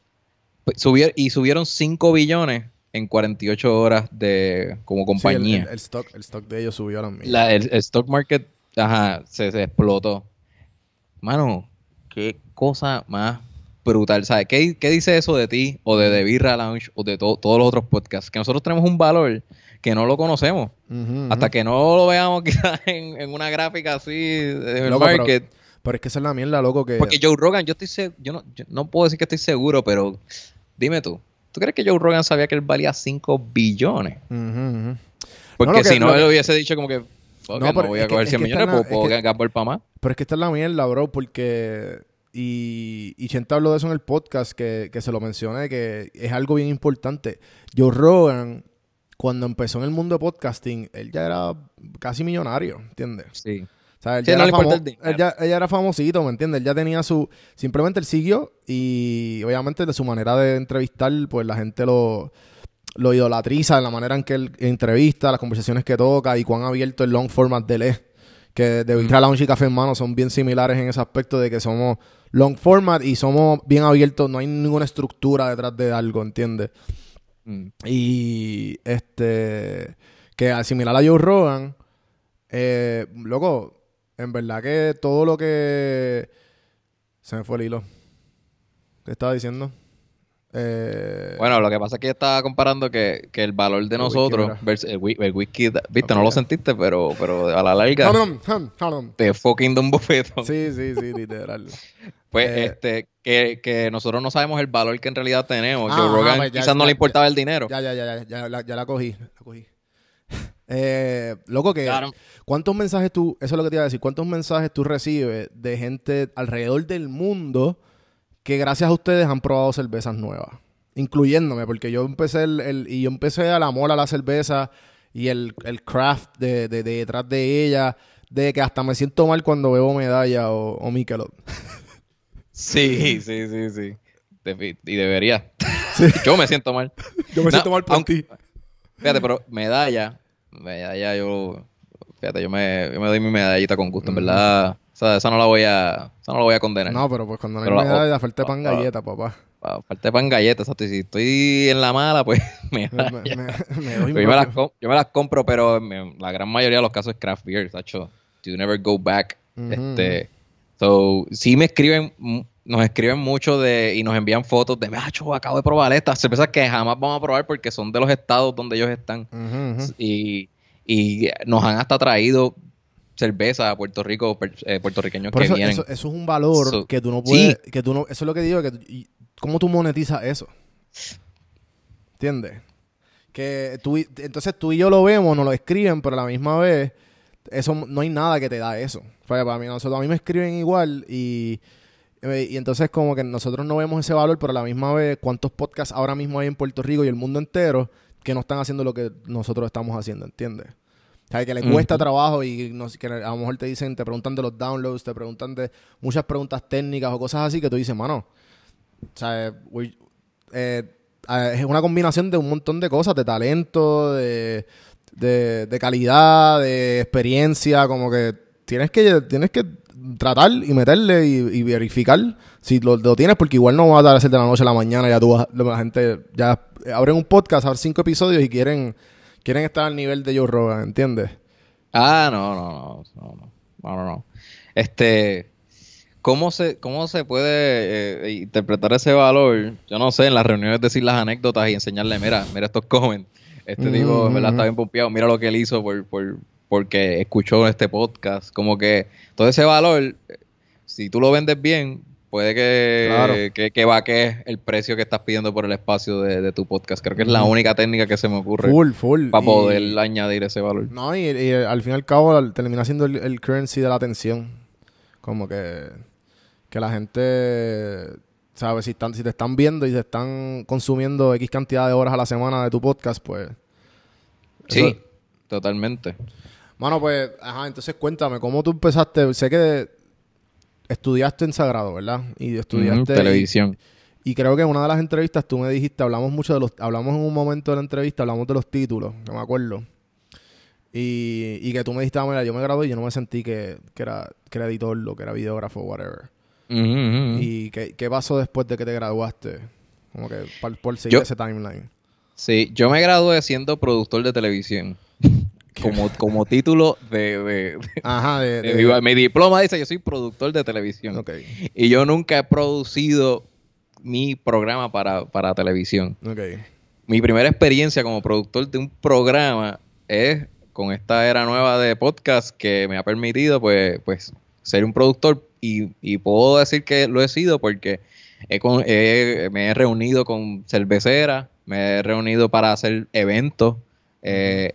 Subieron 5 billones en 48 horas como compañía. Sí, el stock de ellos subió a las millas. El stock market, se explotó. Mano, qué cosa más brutal. ¿Sabes? ¿Qué dice eso de ti o de The Birra Lounge o de todos los otros podcasts? Que nosotros tenemos un valor que no lo conocemos. Hasta que no lo veamos quizás en una gráfica así de market. Pero es que esa es la mierda, loco, que... Porque Joe Rogan, yo no puedo decir que estoy seguro, pero dime tú crees que Joe Rogan sabía que él valía 5 billones? Porque si no, él hubiese dicho como que no voy a coger 100 millones, pues puedo ganar para más. Pero es que esta es la mierda, bro, porque... Y Chente habló de eso en el podcast, que se lo mencioné, que es algo bien importante. Joe Rogan, cuando empezó en el mundo de podcasting, él ya era casi millonario, ¿entiendes? Sí. O sea, él ya era famosito, ¿me entiendes? Él ya tenía simplemente él siguió y obviamente de su manera de entrevistar, pues la gente lo idolatriza en la manera en que él entrevista, las conversaciones que toca y cuán abierto el long format de él es. Que de Vitra Lounge y Café en Mano son bien similares en ese aspecto de que somos long format y somos bien abiertos, no hay ninguna estructura detrás de algo, ¿entiendes? Y que al similar a Joe Rogan, loco, en verdad que todo lo que... Se me fue el hilo. ¿Qué estaba diciendo? Bueno, lo que pasa es que yo estaba comparando que el valor de nosotros versus el whisky, viste, no lo sentiste, pero a la larga te fucking da un bofetón. Sí, literal. Pues que nosotros no sabemos el valor que en realidad tenemos. Joe Rogan pues quizás no le importaba el dinero. Ya la cogí. Loco, que claro. ¿Cuántos mensajes eso es lo que te iba a decir, cuántos mensajes tú recibes de gente alrededor del mundo que gracias a ustedes han probado cervezas nuevas? Incluyéndome, porque yo empecé yo empecé al amor a la cerveza y el craft de detrás de ella, de que hasta me siento mal cuando bebo Medalla o Michelob. Sí. Y debería. Sí. Yo me siento mal. Yo me siento mal por ti. Fíjate, pero medalla, fíjate, yo me doy mi medallita con gusto, en verdad. O sea, esa no la voy a condenar. No, pero pues cuando no hay Pero medalla, falta pan la- galleta, papá. falta de pan galletas, exacto. Y si estoy en la mala, pues Me, medalla. me doy Yo me las compro, pero la gran mayoría de los casos es craft beer, tacho. You never go back. So, sí nos escriben mucho y nos envían fotos de, macho, acabo de probar estas cervezas que jamás vamos a probar porque son de los estados donde ellos están. Y nos han hasta traído cerveza a Puerto Rico, puertorriqueños Por que eso, vienen. eso es un valor So, que tú no puedes, sí. eso es lo que digo, ¿cómo tú monetizas eso? ¿Entiendes? Entonces tú y yo lo vemos, nos lo escriben, pero a la misma vez, eso no hay nada que te da eso. O sea, para mí, a mí me escriben igual y entonces como que nosotros no vemos ese valor, pero a la misma vez, ¿cuántos podcasts ahora mismo hay en Puerto Rico y el mundo entero que no están haciendo lo que nosotros estamos haciendo, ¿entiendes? O sea, que le cuesta trabajo y que a lo mejor te preguntan de los downloads, te preguntan de muchas preguntas técnicas o cosas así que tú dices, mano, o sea, es una combinación de un montón de cosas, de talento, de calidad, de experiencia, como que tienes que tratar y meterle y verificar si lo tienes, porque igual no va a ser de la noche a la mañana, ya la gente ya abren un podcast, abren 5 episodios y quieren estar al nivel de Joe Rogan, ¿entiendes? No. ¿Cómo se puede interpretar ese valor? Yo no sé, en las reuniones decir las anécdotas y enseñarle, mira estos comments. Este tipo, en verdad, está bien pompeado. Mira lo que él hizo porque escuchó este podcast. Como que todo ese valor, si tú lo vendes bien, puede Claro. que vaques el precio que estás pidiendo por el espacio de tu podcast. Creo que es la única técnica que se me ocurre Full. para poder añadir ese valor. No, y al fin y al cabo termina siendo el currency de la atención. Como que la gente, ¿sabes? Si te están viendo y te están consumiendo X cantidad de horas a la semana de tu podcast, pues... Sí, eso- totalmente. Mano, pues, entonces cuéntame, ¿cómo tú empezaste? Sé que estudiaste en Sagrado, ¿verdad? Y estudiaste... Televisión. Y creo que en una de las entrevistas tú me dijiste, hablamos en un momento de la entrevista, hablamos de los títulos, no me acuerdo. Y que tú me dijiste, mira, yo me gradué y yo no me sentí que era editor, lo que era videógrafo, whatever. ¿Y qué pasó después de que te graduaste? Como que por seguir ese timeline. Sí, yo me gradué siendo productor de televisión. Como título Ajá, mi diploma dice yo soy productor de televisión. Ok. Y yo nunca he producido mi programa para televisión. Ok. Mi primera experiencia como productor de un programa es con esta era nueva de podcast que me ha permitido pues ser un productor y puedo decir que lo he sido porque me he reunido con cerveceras, me he reunido para hacer eventos, he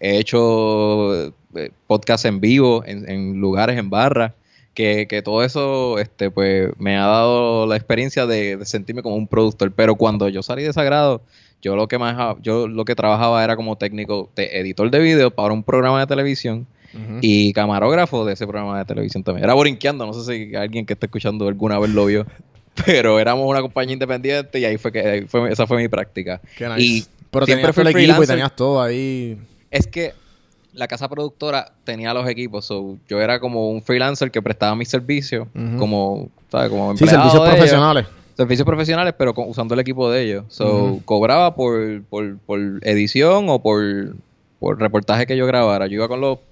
hecho podcast en vivo en lugares, en barras, que todo eso pues me ha dado la experiencia de sentirme como un productor. Pero cuando yo salí de Sagrado, yo lo que trabajaba era como técnico de editor de video para un programa de televisión y camarógrafo de ese programa de televisión también. Era borinqueando, no sé si alguien que esté escuchando alguna vez lo vio, pero éramos una compañía independiente y esa fue mi práctica. Qué nice. Y pero siempre tenías todo el fui equipo y freelancer. tenías todo ahí. Es que la casa productora tenía los equipos, so yo era como un freelancer que prestaba mis servicios, como, ¿sabes? Como Sí, empleado servicios de ellos. profesionales. Servicios profesionales, pero usando el equipo de ellos. So, cobraba por edición o por reportaje que yo grabara. Yo iba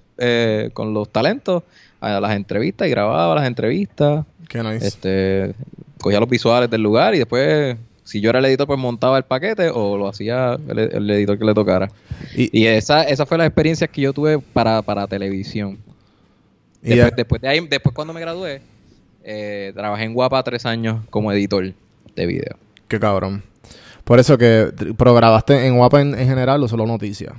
con los talentos a las entrevistas y grababa las entrevistas. Qué nice. Cogía los visuales del lugar y después, si yo era el editor, pues montaba el paquete o lo hacía el editor que le tocara. Y esa fue la experiencia que yo tuve para televisión. Después de ahí, cuando me gradué, trabajé en Guapa 3 años como editor de video. Qué cabrón. Por eso pero grabaste en Guapa en general o solo noticias.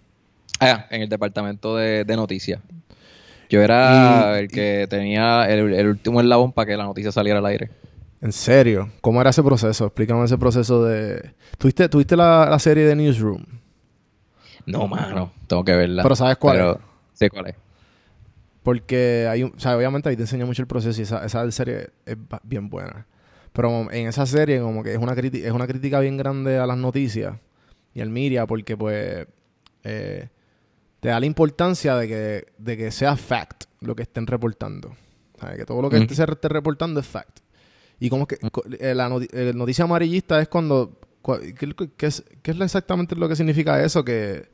En el departamento de noticias. Yo era el que tenía el último eslabón para que la noticia saliera al aire. ¿En serio? ¿Cómo era ese proceso? Explícame ese proceso de... ¿Tuviste la serie de Newsroom? No, mano. Tengo que verla. Pero ¿sabes cuál es? Sé cuál es. Porque o sea, obviamente ahí te enseña mucho el proceso y esa serie es bien buena. Pero en esa serie como que es una crítica bien grande a las noticias y al media porque pues te da la importancia de que sea fact lo que estén reportando. ¿Sabes? Que todo lo que se esté reportando es fact. Y como que la noticia amarillista es cuando... ¿Qué es exactamente lo que significa eso? Que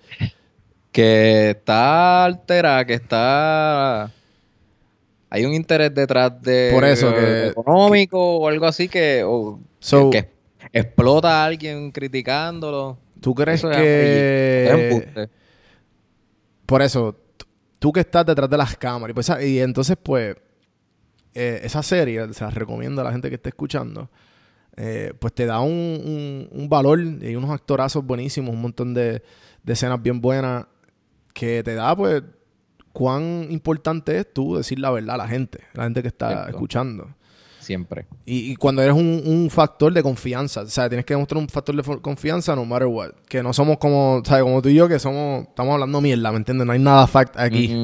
está alterada, que está... Hay un interés detrás de... Por eso económico o algo así que explota a alguien criticándolo. ¿Tú crees Eso es que... embuste. Por eso, tú que estás detrás de las cámaras. Y entonces, pues, esa serie, se la recomiendo a la gente que esté escuchando, pues te da un valor y unos actorazos buenísimos, un montón de escenas bien buenas que te da, pues, cuán importante es tú decir la verdad a la gente que está escuchando. Siempre. Y cuando eres un factor de confianza, o sea, tienes que demostrar un factor de confianza no matter what. Que no somos como, ¿sabes? Como tú y yo, que estamos hablando mierda, ¿me entiendes? No hay nada fact aquí.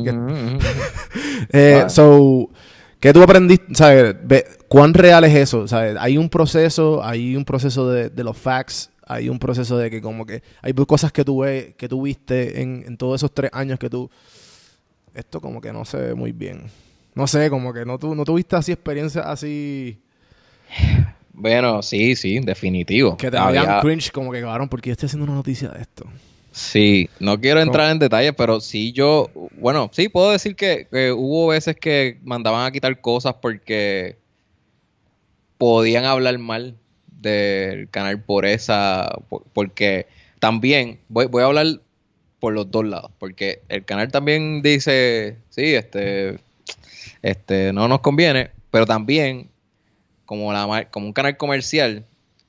So, ¿qué tú aprendiste? ¿Sabes? ¿Cuán real es eso? ¿Sabes? Hay un proceso de los facts, hay un proceso de que como que hay cosas que tú ves, que tú viste en todos esos 3 años que tú... Esto como que no se ve muy bien. No sé, como que no tuviste así experiencias así... Bueno, sí, definitivo. Que te darían cringe, como que cabrón, ¿por qué estoy haciendo una noticia de esto? Sí, no quiero entrar en detalles, pero sí bueno, sí puedo decir que hubo veces que mandaban a quitar cosas porque podían hablar mal del canal porque también, voy a hablar por los dos lados, porque el canal también dice, sí, no nos conviene, pero también como un canal comercial,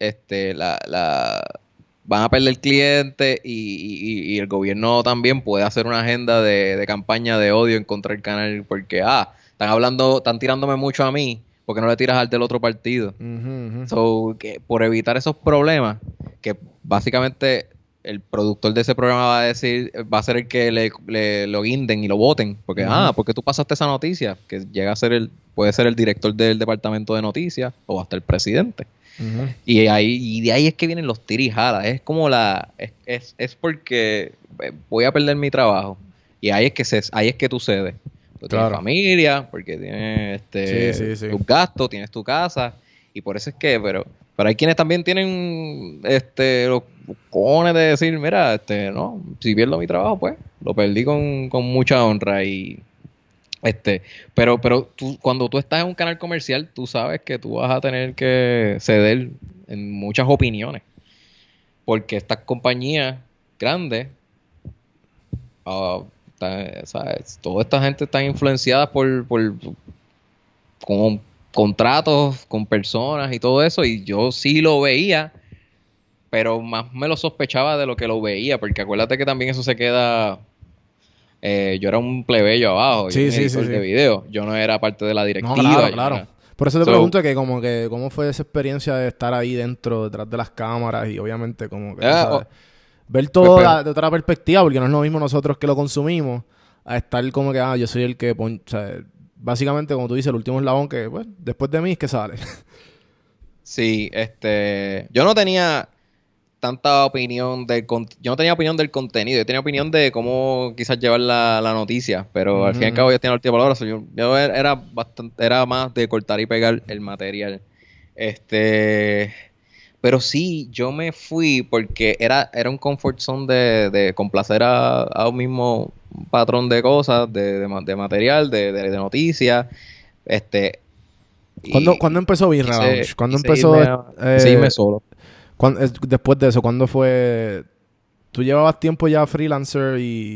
van a perder clientes y el gobierno también puede hacer una agenda de campaña de odio en contra del canal porque están tirándome mucho a mí, porque no le tiras al del otro partido. So, que por evitar esos problemas, que básicamente el productor de ese programa va a ser el que lo guinden y lo voten, porque porque tú pasaste esa noticia, que llega a ser puede ser el director del departamento de noticias o hasta el presidente. Y de ahí es que vienen los tirijadas. Es como es porque voy a perder mi trabajo. Y ahí es que tú cedes. Tú tienes familia, porque tienes tus gastos, tienes tu casa. Y por eso es que, pero hay quienes también tienen los cojones de decir, mira, no, si pierdo mi trabajo, pues, lo perdí con mucha honra. Pero cuando tú estás en un canal comercial, tú sabes que tú vas a tener que ceder en muchas opiniones. Porque estas compañías grandes, ¿sabes? Toda esta gente está influenciada con contratos, con personas y todo eso. Y yo sí lo veía, pero más me lo sospechaba de lo que lo veía. Porque acuérdate que también eso se queda... yo era un plebeyo abajo, yo era un editor de video, yo no era parte de la directiva. No, claro. Por eso te pregunto cómo fue esa experiencia de estar ahí dentro, detrás de las cámaras y obviamente como que ver todo de otra perspectiva, porque no es lo mismo nosotros que lo consumimos a estar como que, yo soy el que o sea, básicamente como tú dices, el último eslabón que, pues, después de mí es que sale. Sí, yo no tenía tanta opinión yo no tenía opinión del contenido, yo tenía opinión de cómo quizás llevar la noticia, pero al fin y al cabo yo tenía la última palabra, yo era más de cortar y pegar el material. Pero sí, yo me fui porque era un comfort zone de complacer a un mismo patrón de cosas, de material, de noticias. ¿Cuándo empezó Birra Lounge? ¿Cuándo empezó? Irme solo. Después de eso, ¿cuándo fue? ¿Tú llevabas tiempo ya freelancer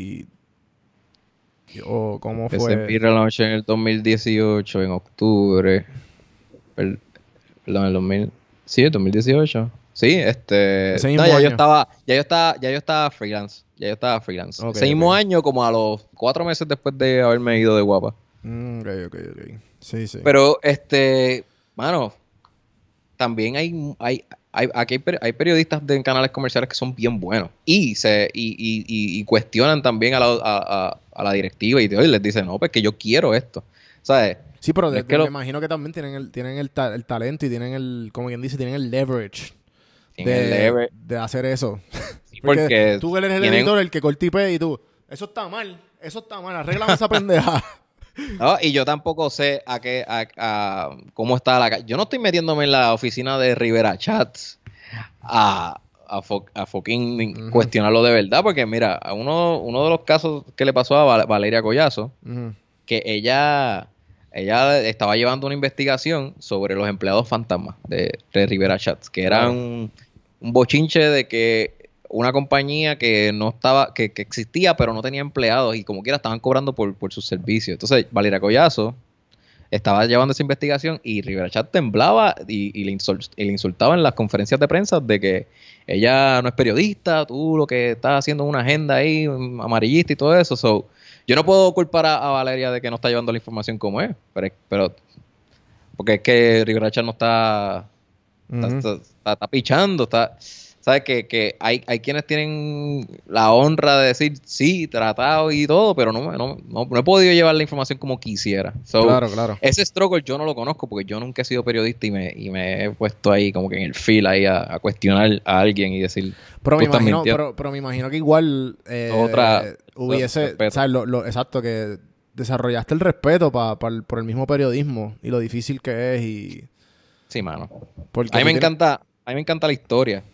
o cómo fue? Empecé Birra Lounge en el 2018, en octubre. Perdón, el 2018. Sí, Ese mismo año. año. Ya yo estaba freelance. Okay, ese mismo año, como a los 4 meses después de haberme ido de Guapa. Ok. Sí. Pero, mano, también aquí hay periodistas de canales comerciales que son bien buenos y cuestionan también a la directiva y les dicen, no, pues que yo quiero esto, ¿sabes? Sí, pero me imagino que también tienen el talento y tienen como quien dice, tienen el leverage de hacer eso. Sí, Porque tú eres el tienen- editor, el que cortipea y tú, eso está mal, arréglame esa pendeja. No, y yo tampoco sé a cómo está yo no estoy metiéndome en la oficina de Rivera Chats a fucking cuestionarlo de verdad, porque mira, uno de los casos que le pasó a Valeria Collazo, Ujú. que ella estaba llevando una investigación sobre los empleados fantasmas de Rivera Chats, que eran Claro. un bochinche de que una compañía que no estaba, que existía pero no tenía empleados y como quiera estaban cobrando por sus servicios. Entonces Valeria Collazo estaba llevando esa investigación y Rivera Chat temblaba y le insultaba en las conferencias de prensa de que ella no es periodista, tú lo que estás haciendo es una agenda ahí amarillista y todo eso. So, yo no puedo culpar a Valeria de que no está llevando la información como es, pero porque es que Rivera Chat no está Ujú. está pichando, sabes que hay quienes tienen la honra de decir sí, tratado y todo, pero no he podido llevar la información como quisiera. So, Claro. ese struggle yo no lo conozco porque yo nunca he sido periodista y me he puesto ahí como que en el feel ahí a cuestionar a alguien y decir, Pero tú me estás imagino, mintiendo. pero me imagino que igual hubiese, respeto. ¿sabes? Exacto, que desarrollaste el respeto por el mismo periodismo y lo difícil que es y Sí, mano. porque A mí tú me tienes- encanta la historia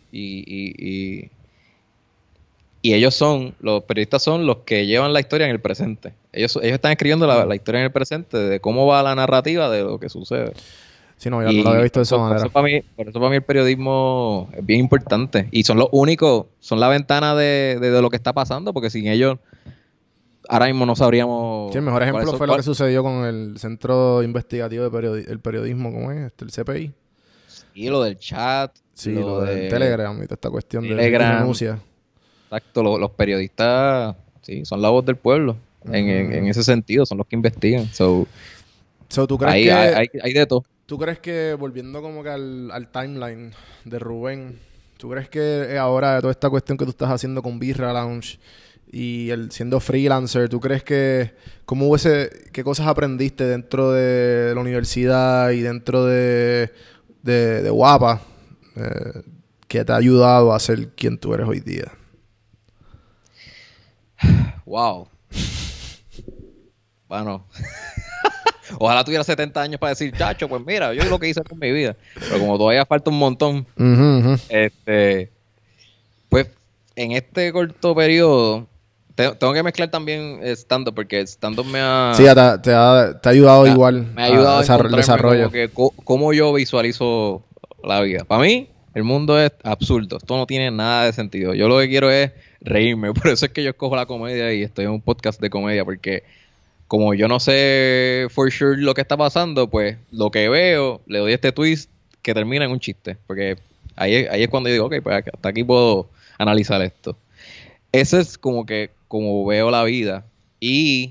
y los periodistas son los que llevan la historia en el presente. Ellos están escribiendo la historia en el presente de cómo va la narrativa de lo que sucede. Sí, no, yo no lo había visto de esa manera. Por eso para mí el periodismo es bien importante. Y son los únicos, son la ventana de lo que está pasando, porque sin ellos ahora mismo no sabríamos... Sí, el mejor ejemplo cuáles fue lo que sucedió con el Centro Investigativo de el Periodismo, ¿cómo es? El CPI. Y lo del chat, Sí, lo lo del de Telegram y toda esta cuestión de Telegram. renuncia. Exacto, los periodistas, sí, son la voz del pueblo. En ese sentido, son los que investigan. So, ¿Tú crees hay, que hay de todo. ¿Tú crees que, volviendo como que al timeline de Rubén, tú crees que ahora toda esta cuestión que tú estás haciendo con Birra Lounge y siendo freelancer, tú crees que qué cosas aprendiste dentro de la universidad y dentro de Guapa que te ha ayudado a ser quien tú eres hoy día? Wow. Bueno. Ojalá tuviera 70 años para decir, chacho, pues mira, yo lo que hice con mi vida. Pero como todavía falta un montón, pues en este corto periodo, tengo que mezclar también stand-up, porque stand-up me ha... Sí, te ha ayudado igual me ha ayudado a el encontrarme desarrollo. como que cómo yo visualizo la vida. Para mí, el mundo es absurdo. Esto no tiene nada de sentido. Yo lo que quiero es reírme. Por eso es que yo escojo la comedia y estoy en un podcast de comedia, porque como yo no sé for sure lo que está pasando, pues lo que veo, le doy este twist que termina en un chiste. Porque ahí es cuando yo digo, ok, pues hasta aquí puedo analizar esto. Ese es como veo la vida. Y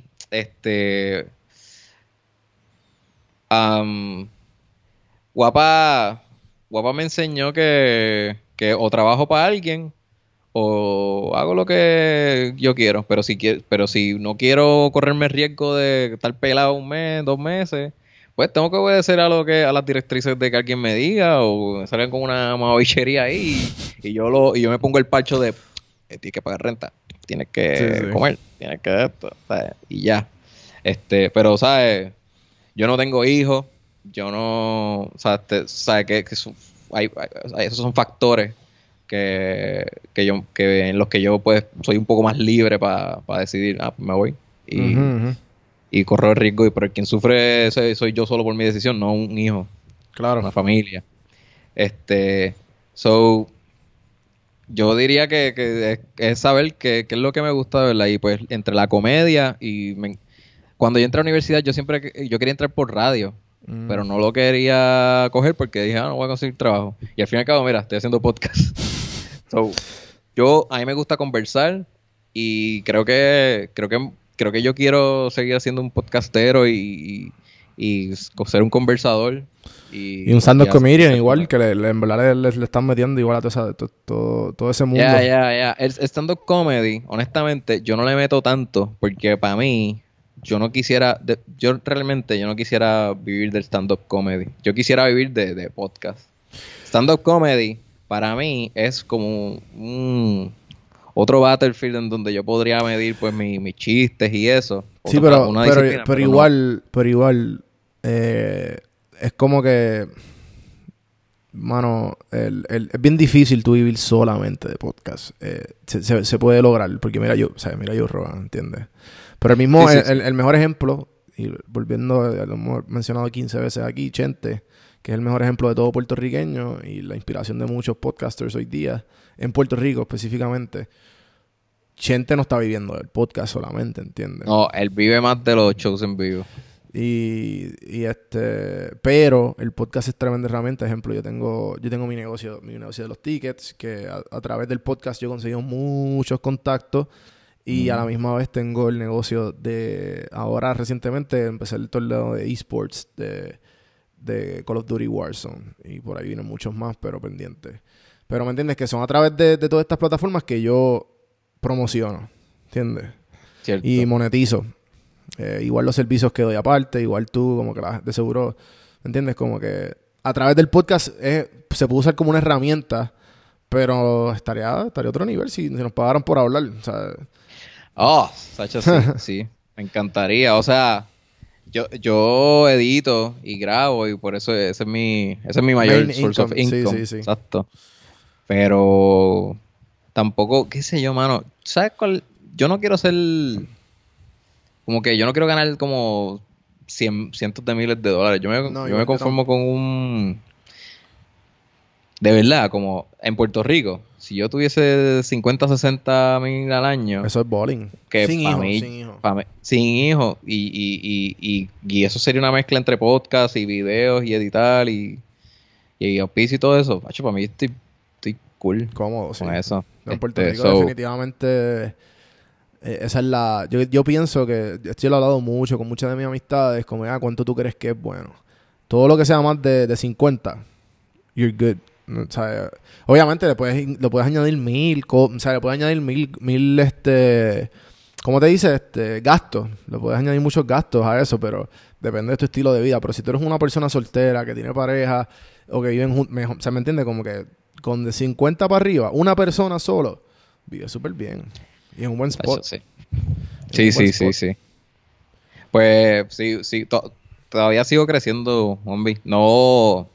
Guapa me enseñó que o trabajo para alguien o hago lo que yo quiero, pero si no quiero correrme el riesgo de estar pelado un mes, 2 meses, pues tengo que obedecer a las directrices de que alguien me diga o me salgan con una mamabichería ahí y yo me pongo el parcho de tienes que pagar renta, tienes que Sí. comer, tienes que esto, ¿sabes? Y ya. Pero sabes, yo no tengo hijos, yo no, o sea, sabes que esos son factores que en los que yo pues soy un poco más libre para decidir, me voy y corro el riesgo, pero quien sufre soy yo solo por mi decisión, no un hijo, Claro. una familia. So yo diría que es saber qué es lo que me gusta, ¿verdad? Y pues entre la comedia y cuando yo entré a la universidad yo quería entrar por radio, pero no lo quería coger porque dije, no voy a conseguir trabajo. Y al fin y al cabo, mira, estoy haciendo podcast. So, a mí me gusta conversar y creo que yo quiero seguir haciendo un podcastero y ser un conversador. Y un stand-up comedian igual, que en verdad le están metiendo igual a todo ese mundo. Ya. El stand-up comedy, honestamente, yo no le meto tanto porque para mí, yo realmente no quisiera vivir del stand-up comedy. Yo quisiera vivir de podcast. Stand-up comedy, para mí, es como otro Battlefield en donde yo podría medir pues mis chistes y eso. Sí, Una disciplina, pero igual, es como que, mano, es bien difícil tú vivir solamente de podcast. Se puede lograr, porque mira yo Rogan, ¿entiendes? Pero el mejor ejemplo, y volviendo, lo hemos mencionado 15 veces aquí, Chente, que es el mejor ejemplo de todo puertorriqueño y la inspiración de muchos podcasters hoy día, en Puerto Rico específicamente. Chente no está viviendo del podcast solamente, ¿entiendes? No, él vive más de los shows en vivo. Pero el podcast es tremenda herramienta. Ejemplo, yo tengo mi negocio de los tickets, que a través del podcast yo he conseguido muchos contactos y a la misma vez tengo el negocio ahora recientemente empecé el torneo de esports de Call of Duty Warzone y por ahí vienen muchos más, pero pendientes. Pero ¿me entiendes? Que son a través de todas estas plataformas que yo promociono, ¿entiendes? Cierto. Y monetizo. Igual los servicios que doy aparte, igual tú, como que de seguro, ¿me entiendes? Como que a través del podcast se puede usar como una herramienta, pero estaría a otro nivel si nos pagaran por hablar, o sea... Sacha, sí, me encantaría, o sea... Yo edito y grabo y por eso ese es mi mayor source of income. Sí. Exacto. Pero tampoco, qué sé yo, mano. ¿Sabes cuál? Yo no quiero ser... Como que yo no quiero ganar como cientos de miles de dólares. Yo me conformo con un... De verdad, como en Puerto Rico, si yo tuviese 50, 60 mil al año... Eso es bowling. Que sin hijo. Sin hijo. Y eso sería una mezcla entre podcast y videos y editar y auspicio y todo eso. Para mí estoy cool. Cómodo, con eso. En Puerto Rico definitivamente... esa es la... Yo pienso que... Esto yo lo he hablado mucho con muchas de mis amistades. Como, ¿cuánto tú crees que es bueno? Todo lo que sea más de 50, you're good. O sea, obviamente le puedes añadir le puedes añadir mil ¿cómo te dice? Gastos. Le puedes añadir muchos gastos a eso, pero depende de tu estilo de vida. Pero si tú eres una persona soltera que tiene pareja o que viven juntos, o sea, ¿me entiendes? Como que con de 50 para arriba, una persona solo vive súper bien. Y en un buen spot. Sí. Sí. Pues sí, todavía sigo creciendo, hombre. No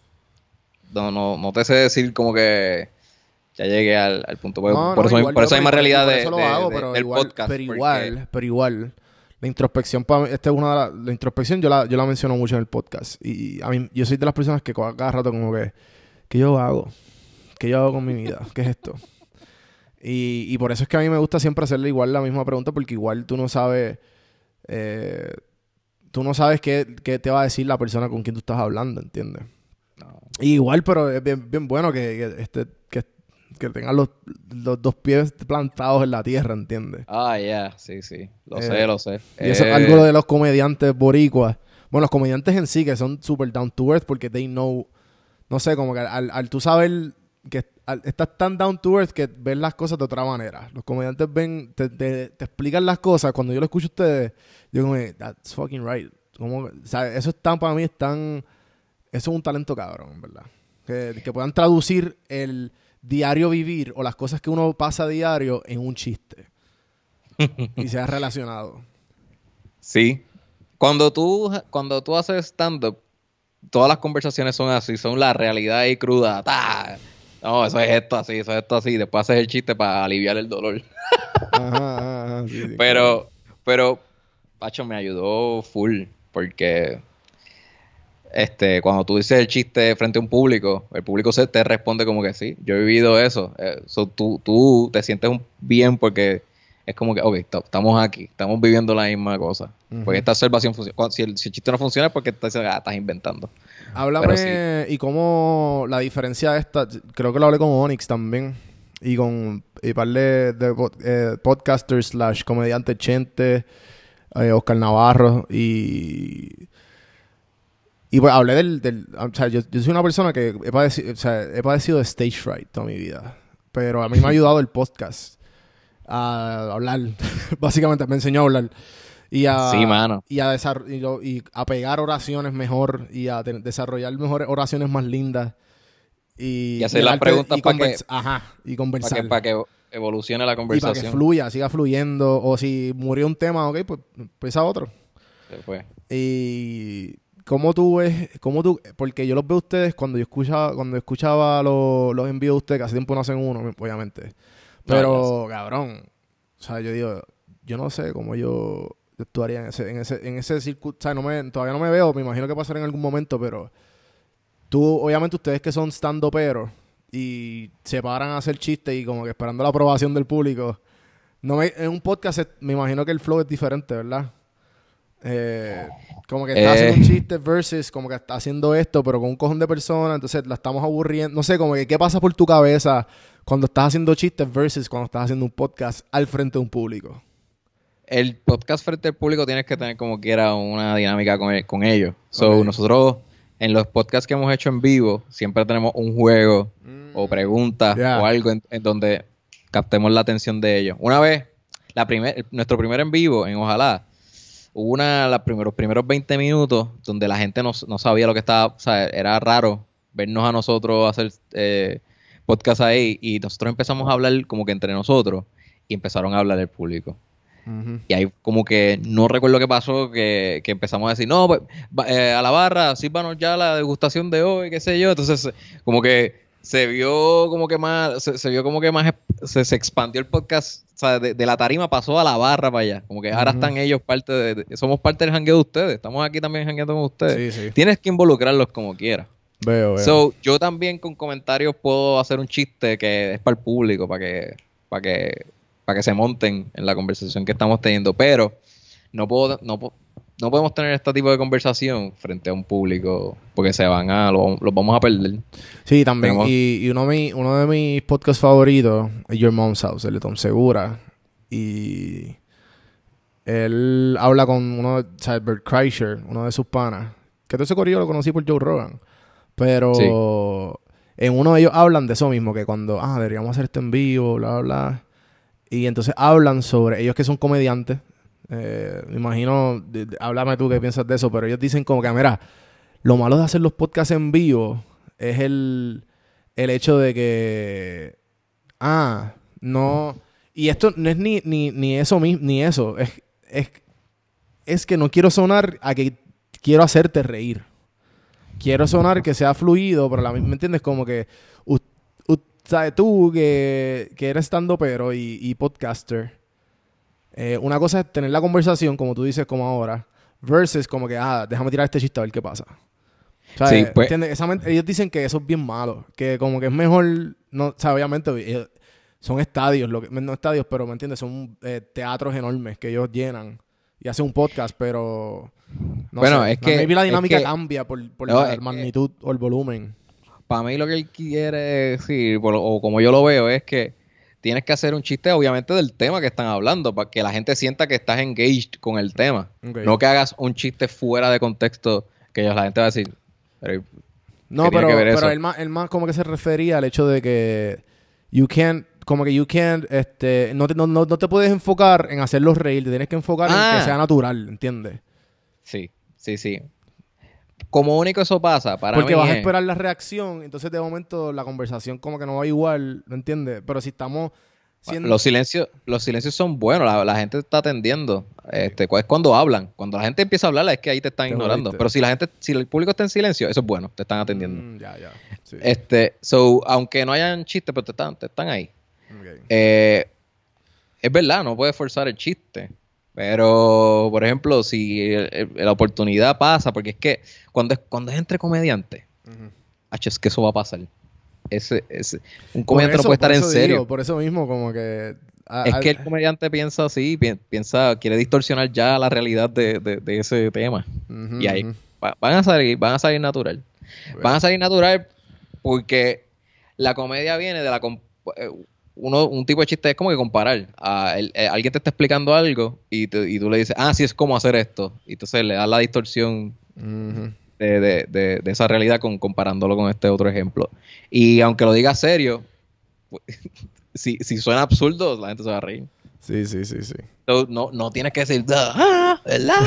te sé decir como que ya llegué al punto. Por eso hay más realidad del podcast. Pero igual, la introspección esta es una de la introspección yo la menciono mucho en el podcast. Y a mí, yo soy de las personas que cada rato como que ¿qué yo hago? ¿Qué yo hago con mi vida? ¿Qué es esto? Y por eso es que a mí me gusta siempre hacerle igual la misma pregunta, porque igual tú no sabes qué te va a decir la persona con quien tú estás hablando, ¿entiendes? No. Igual, pero es bien bueno que tengan los dos pies plantados en la tierra, ¿entiendes? Sí. Lo sé. Y eso es algo de los comediantes boricuas. Bueno, los comediantes en sí, que son super down to earth, porque they know... No sé, como que al tú saber que estás tan down to earth que ves las cosas de otra manera. Los comediantes te explican las cosas. Cuando yo lo escucho a ustedes, yo como, that's fucking right. Como, o sea, eso para mí eso es un talento cabrón, ¿verdad? Que puedan traducir el diario vivir o las cosas que uno pasa a diario en un chiste. Y sea relacionado. Sí. Cuando tú haces stand-up, todas las conversaciones son así, son la realidad y cruda. ¡Tá! No, eso es esto así. Después haces el chiste para aliviar el dolor. Ajá, sí, pero, Pacho, me ayudó full. Porque cuando tú dices el chiste frente a un público, el público te responde como que sí, yo he vivido eso. Tú te sientes bien porque es como que, ok, estamos aquí, estamos viviendo la misma cosa. Uh-huh. Porque esta observación funciona. Si el chiste no funciona es porque estás inventando. Háblame, sí. Y cómo la diferencia esta, creo que lo hablé con Onyx también, y con par de podcasters / comediantes Chente, Oscar Navarro, y pues hablé o sea, yo soy una persona que he padecido de stage fright toda mi vida, pero a mí me ha ayudado el podcast a hablar. Básicamente me enseñó a hablar y a pegar oraciones mejor y a desarrollar mejores oraciones más lindas y hacer las preguntas y conversar. evolucione la Y para que conversación. fluya, siga fluyendo. O si murió un tema, ok, pues empieza otro. Se fue. Y cómo tú ves, porque yo los veo a ustedes cuando yo escuchaba los envíos de ustedes, que hace tiempo no hacen uno, obviamente. Pero, cabrón, o sea, yo digo, yo no sé cómo yo actuaría en ese circuito. O sea, todavía no me veo, me imagino que pasará en algún momento, pero obviamente ustedes que son stand-uperos y se paran a hacer chistes y como que esperando la aprobación del público. En un podcast me imagino que el flow es diferente, ¿verdad? Como que está haciendo un chiste versus como que está haciendo esto, pero con un cojón de personas, entonces la estamos aburriendo. No sé, como que qué pasa por tu cabeza cuando estás haciendo chistes versus cuando estás haciendo un podcast al frente de un público. El podcast frente al público tienes que tener como quiera una dinámica con ellos. So, nosotros en los podcasts que hemos hecho en vivo siempre tenemos un juego o preguntas o algo en donde captemos la atención de ellos. Una vez, nuestro primer en vivo en Ojalá, hubo los primeros 20 minutos donde la gente no sabía lo que estaba, o sea, era raro vernos a nosotros hacer podcast ahí y nosotros empezamos a hablar como que entre nosotros y empezaron a hablar el público. Y ahí como que no recuerdo qué pasó, que empezamos a decir, no, pues, a la barra, sírvanos ya la degustación de hoy, qué sé yo. Entonces como que se vio como que más, se expandió el podcast, o sea, de la tarima pasó a la barra para allá. Como que ahora están ellos somos parte del jangueo de ustedes, estamos aquí también jangueando con ustedes. Sí. Tienes que involucrarlos como quieras. Veo. So, yo también con comentarios puedo hacer un chiste que es para el público, para que se monten en la conversación que estamos teniendo, pero no podemos tener este tipo de conversación frente a un público porque los vamos a perder. Sí, también. Y uno de mis podcasts favoritos es Your Mom's House, el de Tom Segura. Y él habla con Bert Kreischer, uno de sus panas. Que todo ese corillo lo conocí por Joe Rogan. Pero en uno de ellos hablan de eso mismo, que cuando, deberíamos hacer esto en vivo, bla, bla, bla. Y entonces hablan sobre ellos que son comediantes. Me imagino, háblame tú qué piensas de eso, pero ellos dicen como que, mira, lo malo de hacer los podcasts en vivo es el hecho de que, no, y esto no es ni eso mismo, ni eso, es que no quiero sonar a que quiero hacerte reír. Quiero sonar que sea fluido, pero ¿me entiendes? Como que ¿sabes? Tú que eres stand-upero y podcaster, una cosa es tener la conversación, como tú dices, como ahora, versus como que, déjame tirar este chiste a ver qué pasa. ¿Sabes? Sí, pues, ¿entiendes? Ellos dicen que eso es bien malo, que como que es mejor, no, o sea, obviamente son estadios, no estadios, pero ¿me entiendes? Son teatros enormes que ellos llenan y hacen un podcast, pero no sé. Es que maybe la dinámica cambia por la magnitud o el volumen. Para mí lo que él quiere decir, o como yo lo veo, es que tienes que hacer un chiste obviamente del tema que están hablando, para que la gente sienta que estás engaged con el tema. Okay. No que hagas un chiste fuera de contexto que la gente va a decir. No, pero él más como que se refería al hecho de que no te puedes enfocar en hacerlos reír, te tienes que enfocar en que sea natural, ¿entiendes? Sí. Como único eso pasa para porque mí vas a esperar la reacción, entonces de momento la conversación como que no va igual, ¿me entiendes? Pero si estamos siendo... Los silencios son buenos, la gente está atendiendo. Es cuando hablan. Cuando la gente empieza a hablar es que ahí te están ignorando. Pero si el público está en silencio, eso es bueno, te están atendiendo. Ya. Sí. Aunque no hayan chistes, pero te están ahí. Okay. Es verdad, no puedes forzar el chiste. Pero, por ejemplo, si la oportunidad pasa, porque es que cuando es entre comediantes, es que eso va a pasar. Un comediante no puede estar en serio. Por eso mismo, como que... Es que el comediante piensa así, quiere distorsionar ya la realidad de ese tema. Y ahí van a salir natural. Bueno. Van a salir natural porque la comedia viene de un tipo de chiste es como que comparar. Alguien te está explicando algo y tú le dices, sí, es como hacer esto. Y entonces le das la distorsión de esa realidad comparándolo con este otro ejemplo. Y aunque lo digas serio, si suena absurdo, la gente se va a reír. Sí. Entonces, no tienes que decir, ¿verdad?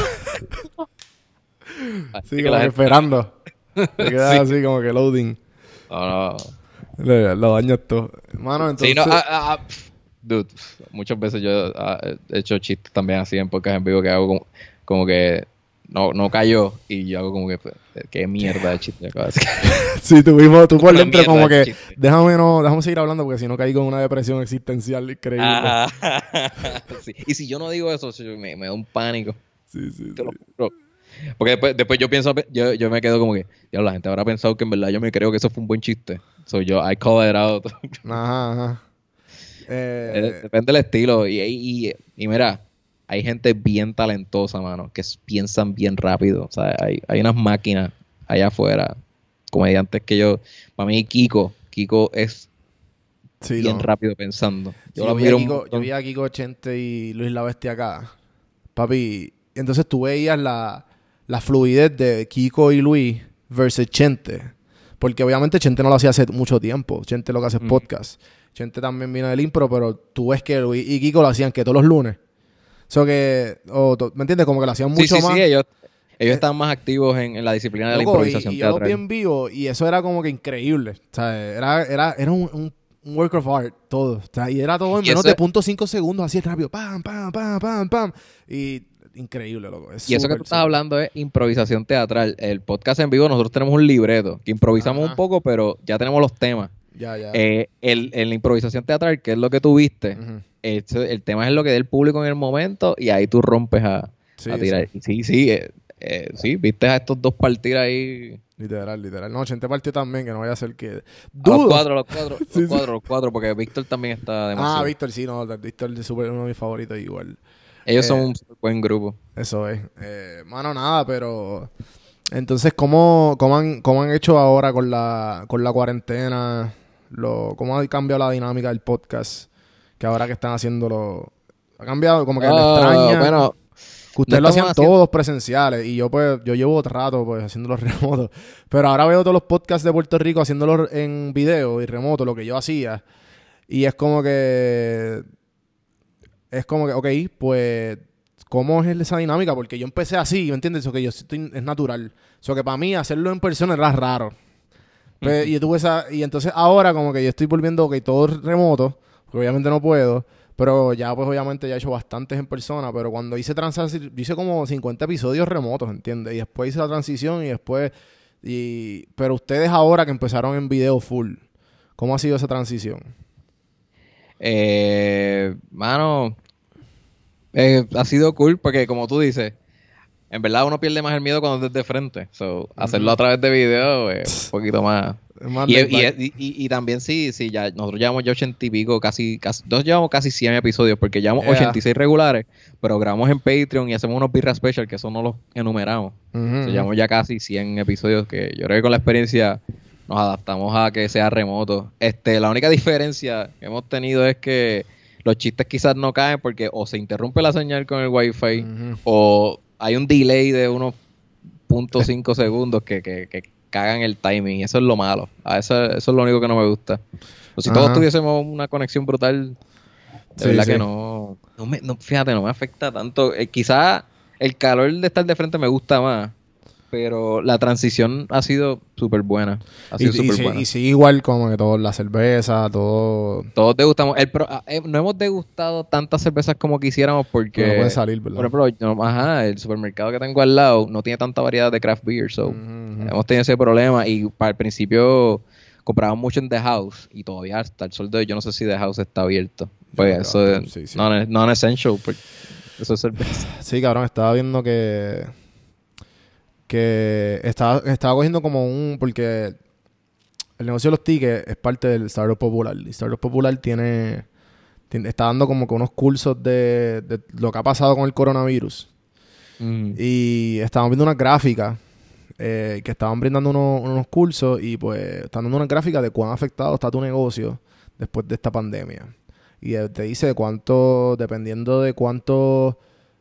Sí, como que esperando. Te quedas así como que loading. No. Lo dañas todo. Mano, entonces... Sí, dude, muchas veces yo he hecho chistes también así en podcast en vivo que hago como que no cayó y yo hago como que pues, qué mierda de chiste acabo de hacer. Sí, tú por Una dentro como mierda de que chiste. déjame seguir hablando porque si no caigo en una depresión existencial increíble. Ajá. Sí. Y si yo no digo eso, me da un pánico. Sí, sí, Te lo sí. juro. Porque después yo pienso, yo me quedo como que, ya la gente habrá pensado que en verdad yo me creo que eso fue un buen chiste. So I call it out. Ajá, ajá. Depende del estilo. Y mira, hay gente bien talentosa, mano, que piensan bien rápido. O sea, hay unas máquinas allá afuera, comediantes para mí Kiko es Sí, bien no. rápido pensando. Sí, Yo lo admiro un yo montón. vi a Kiko Chente y Luis La Bestia acá. Papi, entonces tú veías la fluidez de Kiko y Luis versus Chente. Porque obviamente Chente no lo hacía hace mucho tiempo. Chente lo que hace es podcast. Chente también vino del impro, pero tú ves que Luis y Kiko lo hacían que todos los lunes. ¿Me entiendes? Como que lo hacían mucho Sí, más. sí, ellos estaban más activos en la disciplina de la Loco, improvisación y yo lo vi teatral. en vivo y eso era como que increíble. O sea, era un work of art todo. O sea, y era todo en Y menos eso- de 0.5 segundos, así rápido. Pam, pam, pam, pam, pam. Y increíble, loco. Es Y eso que súper, tú estás súper. hablando es improvisación teatral. El podcast en vivo, nosotros tenemos un libreto que improvisamos Ajá. un poco, pero ya tenemos los temas. Ya, ya. En la improvisación teatral, que es lo que tú viste, Ujú. el tema es lo que dé el público en el momento y ahí tú rompes a Sí, tirar. Y sí, viste a estos dos partir ahí. Literal, literal. No, Chente partió también, que no vaya a ser que... A los ¡Dudo! cuatro, Sí, sí. los cuatro, porque Víctor también está demasiado. Víctor, sí, no. Víctor es uno de mis favoritos igual. Ellos son un super buen grupo. Eso es. Mano, nada, pero... Entonces, ¿cómo han hecho ahora con la cuarentena? ¿Cómo ha cambiado la dinámica del podcast? Que ahora que están haciéndolo... Ha cambiado, como que le extraña... Bueno, Que ustedes no lo hacían estamos haciendo- todos presenciales y yo llevo otro rato pues haciéndolos remotos. Pero ahora veo todos los podcasts de Puerto Rico haciéndolos en video y remoto, lo que yo hacía. Y es como que... ok, pues... ¿Cómo es esa dinámica? Porque yo empecé así, ¿me entiendes? Eso que es natural. Eso que para mí hacerlo en persona era raro. Y yo tuve y entonces ahora como que yo estoy volviendo, ok, todo remoto, porque obviamente no puedo, pero ya pues obviamente ya he hecho bastantes en persona, pero cuando hice yo hice como 50 episodios remotos, ¿entiendes? Y después hice la transición pero ustedes ahora que empezaron en video full, ¿cómo ha sido esa transición? Mano, ha sido cool porque como tú dices, en verdad uno pierde más el miedo cuando es de frente. So, hacerlo a través de video es un poquito más. Es más Y, laid y- back. y- y también sí, ya nosotros llevamos ya 80 y pico, nosotros llevamos casi 100 episodios porque llevamos Yeah. 86 regulares, pero grabamos en Patreon y hacemos unos birra special que eso no los enumeramos. Ujú, So, ujú. llevamos ya casi 100 episodios que yo creo que con la experiencia nos adaptamos a que sea remoto. La única diferencia que hemos tenido es que los chistes quizás no caen porque o se interrumpe la señal con el wifi Ujú. o hay un delay de unos 0.5 segundos que cagan el timing y eso es lo malo. Eso es lo único que no me gusta. Pues si todos Ajá. tuviésemos una conexión brutal, de Sí, verdad sí. que fíjate, no me afecta tanto. Quizás el calor de estar de frente me gusta más, pero la transición ha sido súper buena. Ha sido súper buena. Y sí, igual como que todo, la cerveza, todo... Todos degustamos. No hemos degustado tantas cervezas como quisiéramos porque, No puede salir, ¿verdad? por ejemplo, el supermercado que tengo al lado no tiene tanta variedad de craft beer, so Ujú, ujú. hemos tenido ese problema y para el principio comprábamos mucho en The House y todavía hasta el sol de hoy yo no sé si The House está abierto. Pues Ya, eso es sí, sí. non-essential, porque eso es cerveza. Sí, cabrón, estaba viendo que estaba cogiendo porque el negocio de los tickets es parte del Startup Popular. Y Startup Popular está dando como que unos cursos de lo que ha pasado con el coronavirus. Y estaban viendo unas gráficas que estaban brindando unos cursos y pues están dando una gráfica de cuán afectado está tu negocio después de esta pandemia. Y te dice dependiendo de cuánto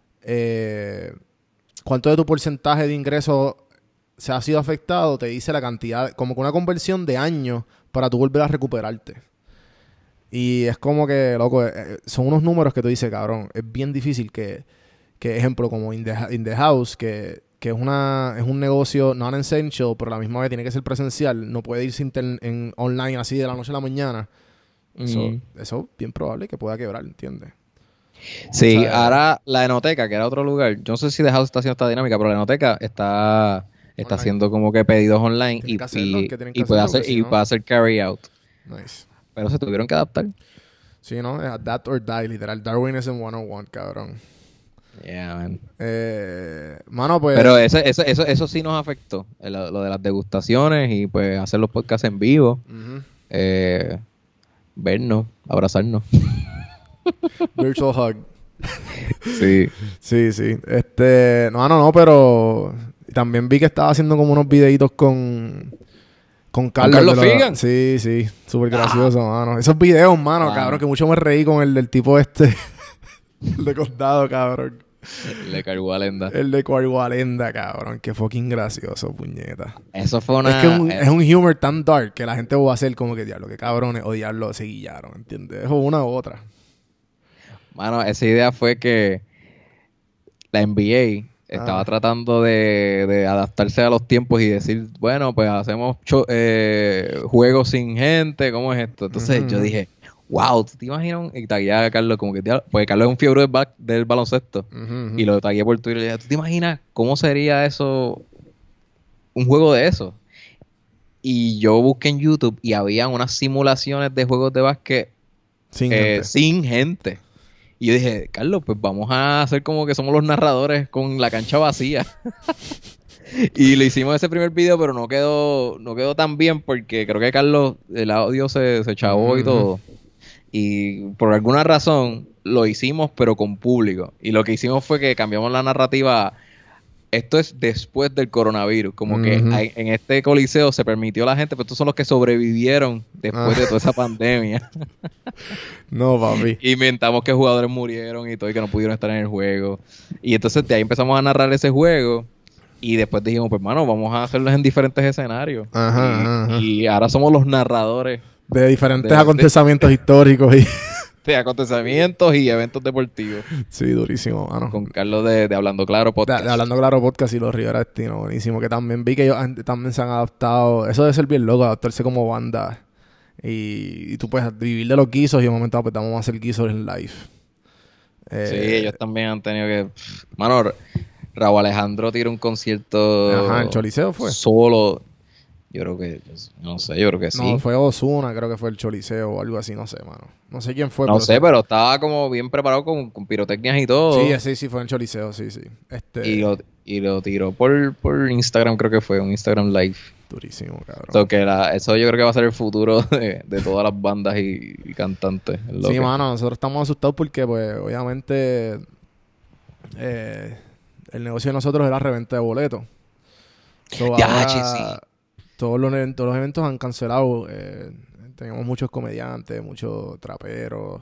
de tu porcentaje de ingresos se ha sido afectado, te dice la cantidad, como que una conversión de años para tú volver a recuperarte. Y es como que, loco, son unos números que tú dices, cabrón, es bien difícil que ejemplo, como In the House, que es un negocio non-essential, pero a la misma vez tiene que ser presencial, no puede irse online así de la noche a la mañana. Eso es bien probable que pueda quebrar, ¿entiendes? Sí, O sea, ahora la Enoteca, que era otro lugar, yo no sé si The House está haciendo esta dinámica, pero la Enoteca está Online. haciendo como que pedidos online Tienen que hacerlo, es que tienen que puede hacerlo, hacer, porque si y no- puede hacer carry out. Nice. Pero se tuvieron que adaptar. Sí, ¿no? Adapt or die, literal. Darwinism 101, cabrón. Yeah, man. Mano, pues... Pero eso sí nos afectó, lo de las degustaciones y pues hacer los podcasts en vivo, Ujú. vernos, abrazarnos. Virtual hug. Sí. Sí. No, pero también vi que estaba haciendo como unos videitos con Carlos. Carlos de Figan? Sí. Súper gracioso, mano. Esos videos, mano, cabrón, que mucho me reí con el del tipo el de Condado, cabrón. Le cargó a Lenda. El de Coahualenda, cabrón. Qué fucking gracioso, puñeta. Eso fue una... Es que es un humor tan dark que la gente va a hacer como que diablo, que cabrones, o diablo, se guillaron, ¿entiendes? Es una u otra. Mano, esa idea fue que la NBA estaba tratando de adaptarse a los tiempos y decir, bueno, pues hacemos juegos sin gente, ¿cómo es esto? Entonces yo dije, wow, ¿tú te imaginas? Y tagué a Carlos como que, porque Carlos es un fiebre del baloncesto. Y lo tagué por Twitter y le dije, ¿tú te imaginas cómo sería eso, un juego de eso? Y yo busqué en YouTube y había unas simulaciones de juegos de básquet sin gente. Y yo dije, Carlos, pues vamos a hacer como que somos los narradores con la cancha vacía. Y le hicimos ese primer video, pero no quedó tan bien porque creo que Carlos, el audio se chavó y todo. Y por alguna razón lo hicimos, pero con público. Y lo que hicimos fue que cambiamos la narrativa. Esto es después del coronavirus. Como que en este coliseo se permitió a la gente, pero estos son los que sobrevivieron después de toda esa pandemia. No, papi. Inventamos que jugadores murieron y todo y que no pudieron estar en el juego. Y entonces de ahí empezamos a narrar ese juego. Y después dijimos, pues hermano, vamos a hacerlos en diferentes escenarios. Y ahora somos los narradores. De diferentes acontecimientos históricos y... de acontecimientos y eventos deportivos. Sí, durísimo, mano. Con Carlos de Hablando Claro Podcast. De Hablando Claro Podcast y los Rivera Destino, buenísimo. Que también vi que ellos también se han adaptado. Eso debe ser bien loco, adaptarse como banda. Y tú puedes vivir de los guisos y de momento pues vamos a hacer guisos en live. Sí, ellos también han tenido que... Mano, Raúl Alejandro tiró un concierto... Ajá, ¿el Choliseo fue? Solo... Yo creo que... No sé, yo creo que sí. No, fue Ozuna, creo que fue el Choliseo o algo así, no sé, mano. No sé quién fue. No sé, pero estaba como bien preparado con pirotecnias y todo. Sí, fue en Choliseo, sí. Y lo tiró por Instagram, creo que fue, un Instagram Live. Durísimo, cabrón. So que eso yo creo que va a ser el futuro de todas las bandas y cantantes. Sí, mano, nosotros estamos asustados porque, pues, obviamente, el negocio de nosotros era reventa de boletos. So, ahora, todos los eventos han cancelado. Tenemos muchos comediantes, muchos traperos.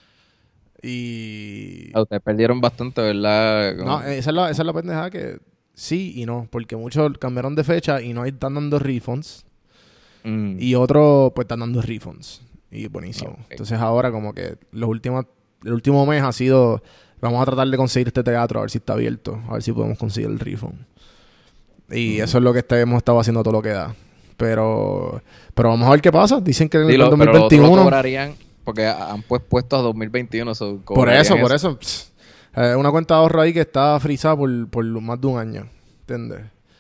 Y... Ustedes perdieron bastante, ¿verdad? No, esa es la pendejada que sí y no. Porque muchos cambiaron de fecha y no están dando refunds. Y otros, pues, están dando refunds. Y buenísimo. Okay. Entonces, ahora como que el último mes ha sido... Vamos a tratar de conseguir este teatro, a ver si está abierto. A ver si podemos conseguir el refund. Y eso es lo que hemos estado haciendo todo lo que da. Pero vamos a ver qué pasa. Dicen que en el 2021... Pero lo cobrarían porque han puesto a 2021. Por eso. Una cuenta de ahorro ahí que está frisada por más de un año. ¿Entiendes?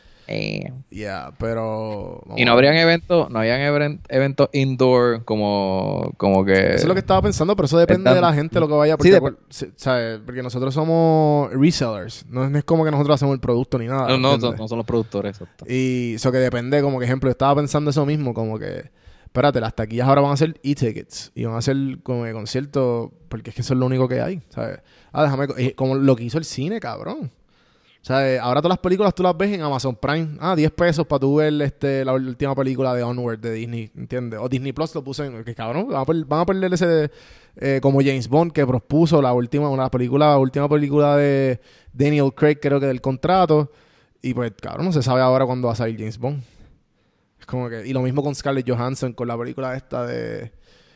Pero... Y no habrían eventos indoor como que... Eso es lo que estaba pensando, pero eso depende de la gente lo que vaya. Porque, ¿sabes? Porque nosotros somos resellers. No es como que nosotros hacemos el producto ni nada. No son los productores, exacto. Y eso que depende, como que ejemplo, yo estaba pensando eso mismo, como que... Espérate, las taquillas ahora van a ser e-tickets. Y van a ser como conciertos, porque es que eso es lo único que hay, ¿sabes? Como lo que hizo el cine, cabrón. O sea, ahora todas las películas tú las ves en Amazon Prime. 10 pesos para tú ver la última película de Onward de Disney, ¿entiendes? O Disney Plus lo puse en... Que cabrón, van a perder ese... como James Bond que propuso la última película de Daniel Craig, creo que del contrato. Y pues, cabrón, no se sabe ahora cuándo va a salir James Bond. Es como que... Y lo mismo con Scarlett Johansson, con la película esta de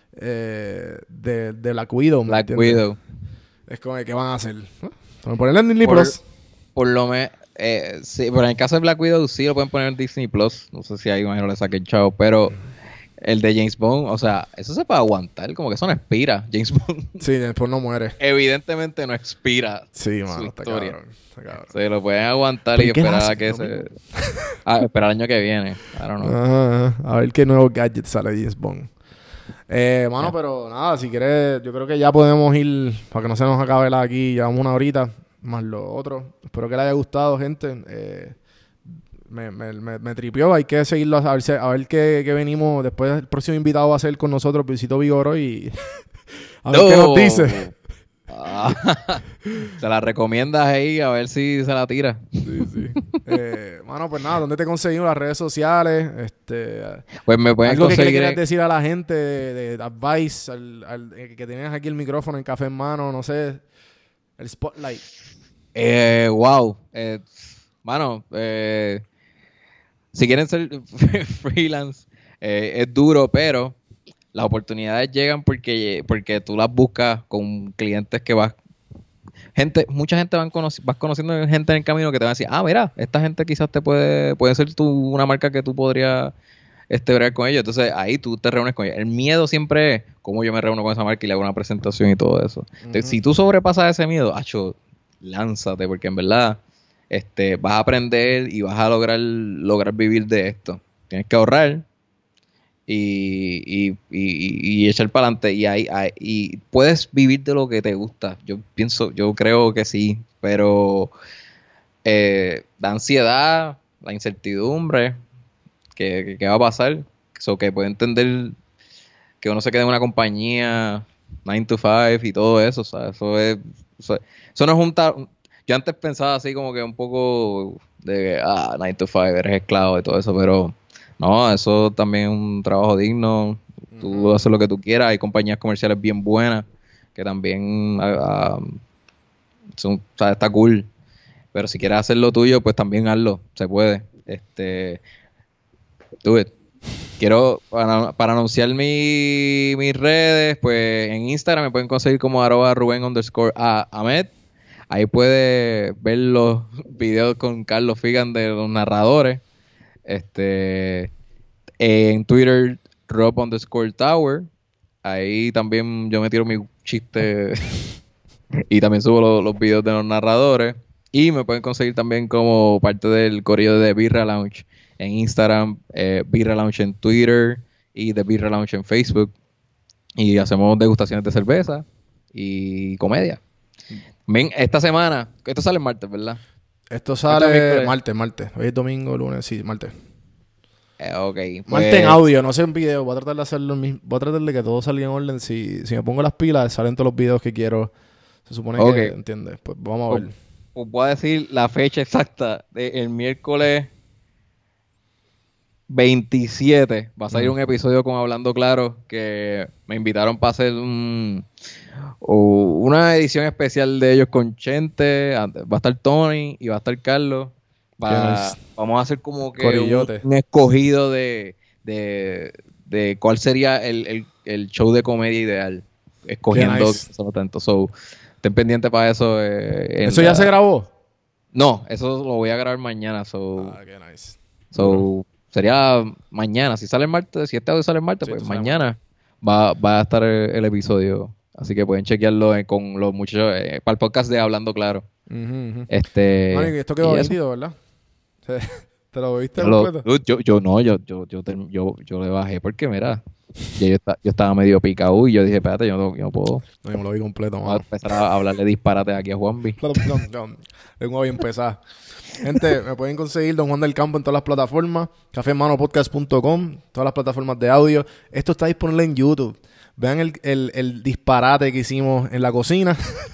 Black Widow. Black Widow. Es como que, ¿qué van a hacer? Van a ponerle en Disney Plus. Por lo menos, sí, pero en el caso de Black Widow sí lo pueden poner en Disney Plus. No sé si ahí imagino le saquen chavo, pero El de James Bond, o sea, eso se puede aguantar, como que eso no expira. James Bond Sí, después no muere. evidentemente no expira Sí, su mano, está historia. cabrón. Está cabrón. Se lo pueden aguantar ¿Pero y qué le esperar hace? a que Lo se... mismo. esperar el año que viene. I don't know. Ajá, a ver qué nuevo gadget sale de James Bond. Mano, Ya. pero nada, si quieres, yo creo que ya podemos ir, para que no se nos acabe la aquí, llevamos una horita, más lo otro. Espero que les haya gustado, gente. Me tripió, hay que seguirlo a ver qué venimos. Después el próximo invitado va a ser con nosotros, Luisito Vigoro, y a ver qué nos dice. Ah, se la recomiendas ahí a ver si se la tira. Sí, sí. Mano, pues nada, ¿dónde te conseguimos? Las redes sociales, Pues me pueden algo que le conseguir quieras en- decir a la gente de advice, que tienes aquí el micrófono en café en mano, no sé, el spotlight. wow. Mano, si quieren ser freelance, es duro, pero las oportunidades llegan porque tú las buscas con clientes que mucha gente vas conociendo gente en el camino que te va a decir, mira, esta gente quizás puede ser una marca que tú podrías bregar con ellos. Entonces ahí tú te reúnes con ellos. El miedo siempre es cómo yo me reúno con esa marca y le hago una presentación y todo eso. Entonces, si tú sobrepasas ese miedo, lánzate, porque en verdad vas a aprender y vas a lograr vivir de esto. Tienes que ahorrar y echar para adelante y puedes vivir de lo que te gusta. Yo creo que sí, pero la ansiedad, la incertidumbre, que va a pasar, que puede entender que uno se quede en una compañía 9 to 5 y todo eso, o sea, eso no es yo antes pensaba así como que un poco de 9 to 5, eres esclavo y todo eso, pero no, eso también es un trabajo digno. Tú haces lo que tú quieras. Hay compañías comerciales bien buenas que también o sea, está cool. Pero si quieres hacer lo tuyo, pues también hazlo. Se puede. Do it. Quiero, para anunciar mis redes, pues en Instagram me pueden conseguir como @Ruben_Ahmed. Ahí puedes ver los videos con Carlos Figan de los narradores. En Twitter, Rob_Tower. Ahí también yo me tiro mi chiste y también subo los videos de los narradores. Y me pueden conseguir también como parte del corillo de Birra Lounge en Instagram, Birra Lounge en Twitter y The Birra Lounge en Facebook. Y hacemos degustaciones de cerveza y comedia. Ven, esta semana, esto sale el martes, ¿verdad? Esto Este sale miércoles. martes. Hoy es domingo, lunes, sí, martes. Ok, Martes en pues, audio, no sé en video. Voy a tratar de hacerlo voy a tratar de que todo salga en orden. Si me pongo las pilas, salen todos los videos que quiero. Se supone Ok. que, ¿entiendes? Pues vamos a ver. Os voy a decir la fecha exacta del miércoles 27. Va a salir un episodio con Hablando Claro que me invitaron para hacer una edición especial de ellos con Chente. Va a estar Tony y va a estar Carlos. Qué nice. Vamos a hacer como que Corillote. un escogido de cuál sería el show de comedia ideal. Escogiendo nice. solo tanto. So, estén pendientes para eso. ¿Eso ya se grabó? No, eso lo voy a grabar mañana. So, Qué nice. sería mañana. Si sale el martes, si este audio sale el martes, Sí, pues esto sale mañana va a estar el episodio. Así que pueden chequearlo con los muchachos para el podcast de Hablando Claro. Ujú. Mano, y esto Y quedó eso. nítido, ¿verdad? ¿Te lo viste Yo, completo? yo le bajé porque, mira, yo estaba medio picado y yo dije, espérate, yo no puedo. No, yo me lo vi completo, Vamos a mano. empezar a hablarle disparates aquí a Juanvi. Tengo bien empezar. Gente, me pueden conseguir Don Juan del Campo en todas las plataformas, cafemanopodcast.com, todas las plataformas de audio. Esto está disponible en YouTube. Vean el disparate que hicimos en la cocina.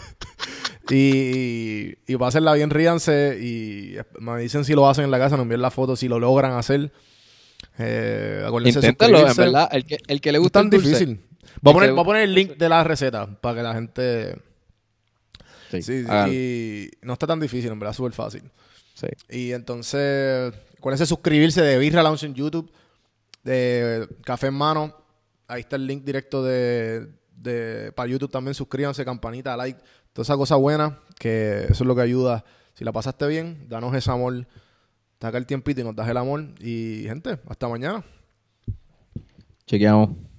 y pásenla bien, ríanse. Y me dicen si lo hacen en la casa, nos envíen la foto si lo logran hacer. Acuérdense de Inténtalo, en suscribirse. verdad. El que le No es gusta tan el dulce. difícil. Voy El que a poner el link de la receta para que la gente... Sí, háganlo. y no está tan difícil, en verdad, es súper fácil. Sí. Y entonces, acuérdense de suscribirse de Birra Lounge en YouTube, de Café en Mano. Ahí está el link directo para YouTube también. Suscríbanse, campanita, like, toda esa cosa buena, que eso es lo que ayuda. Si la pasaste bien, danos ese amor. Saca el tiempito y nos das el amor. Y, gente, hasta mañana. Chequeamos.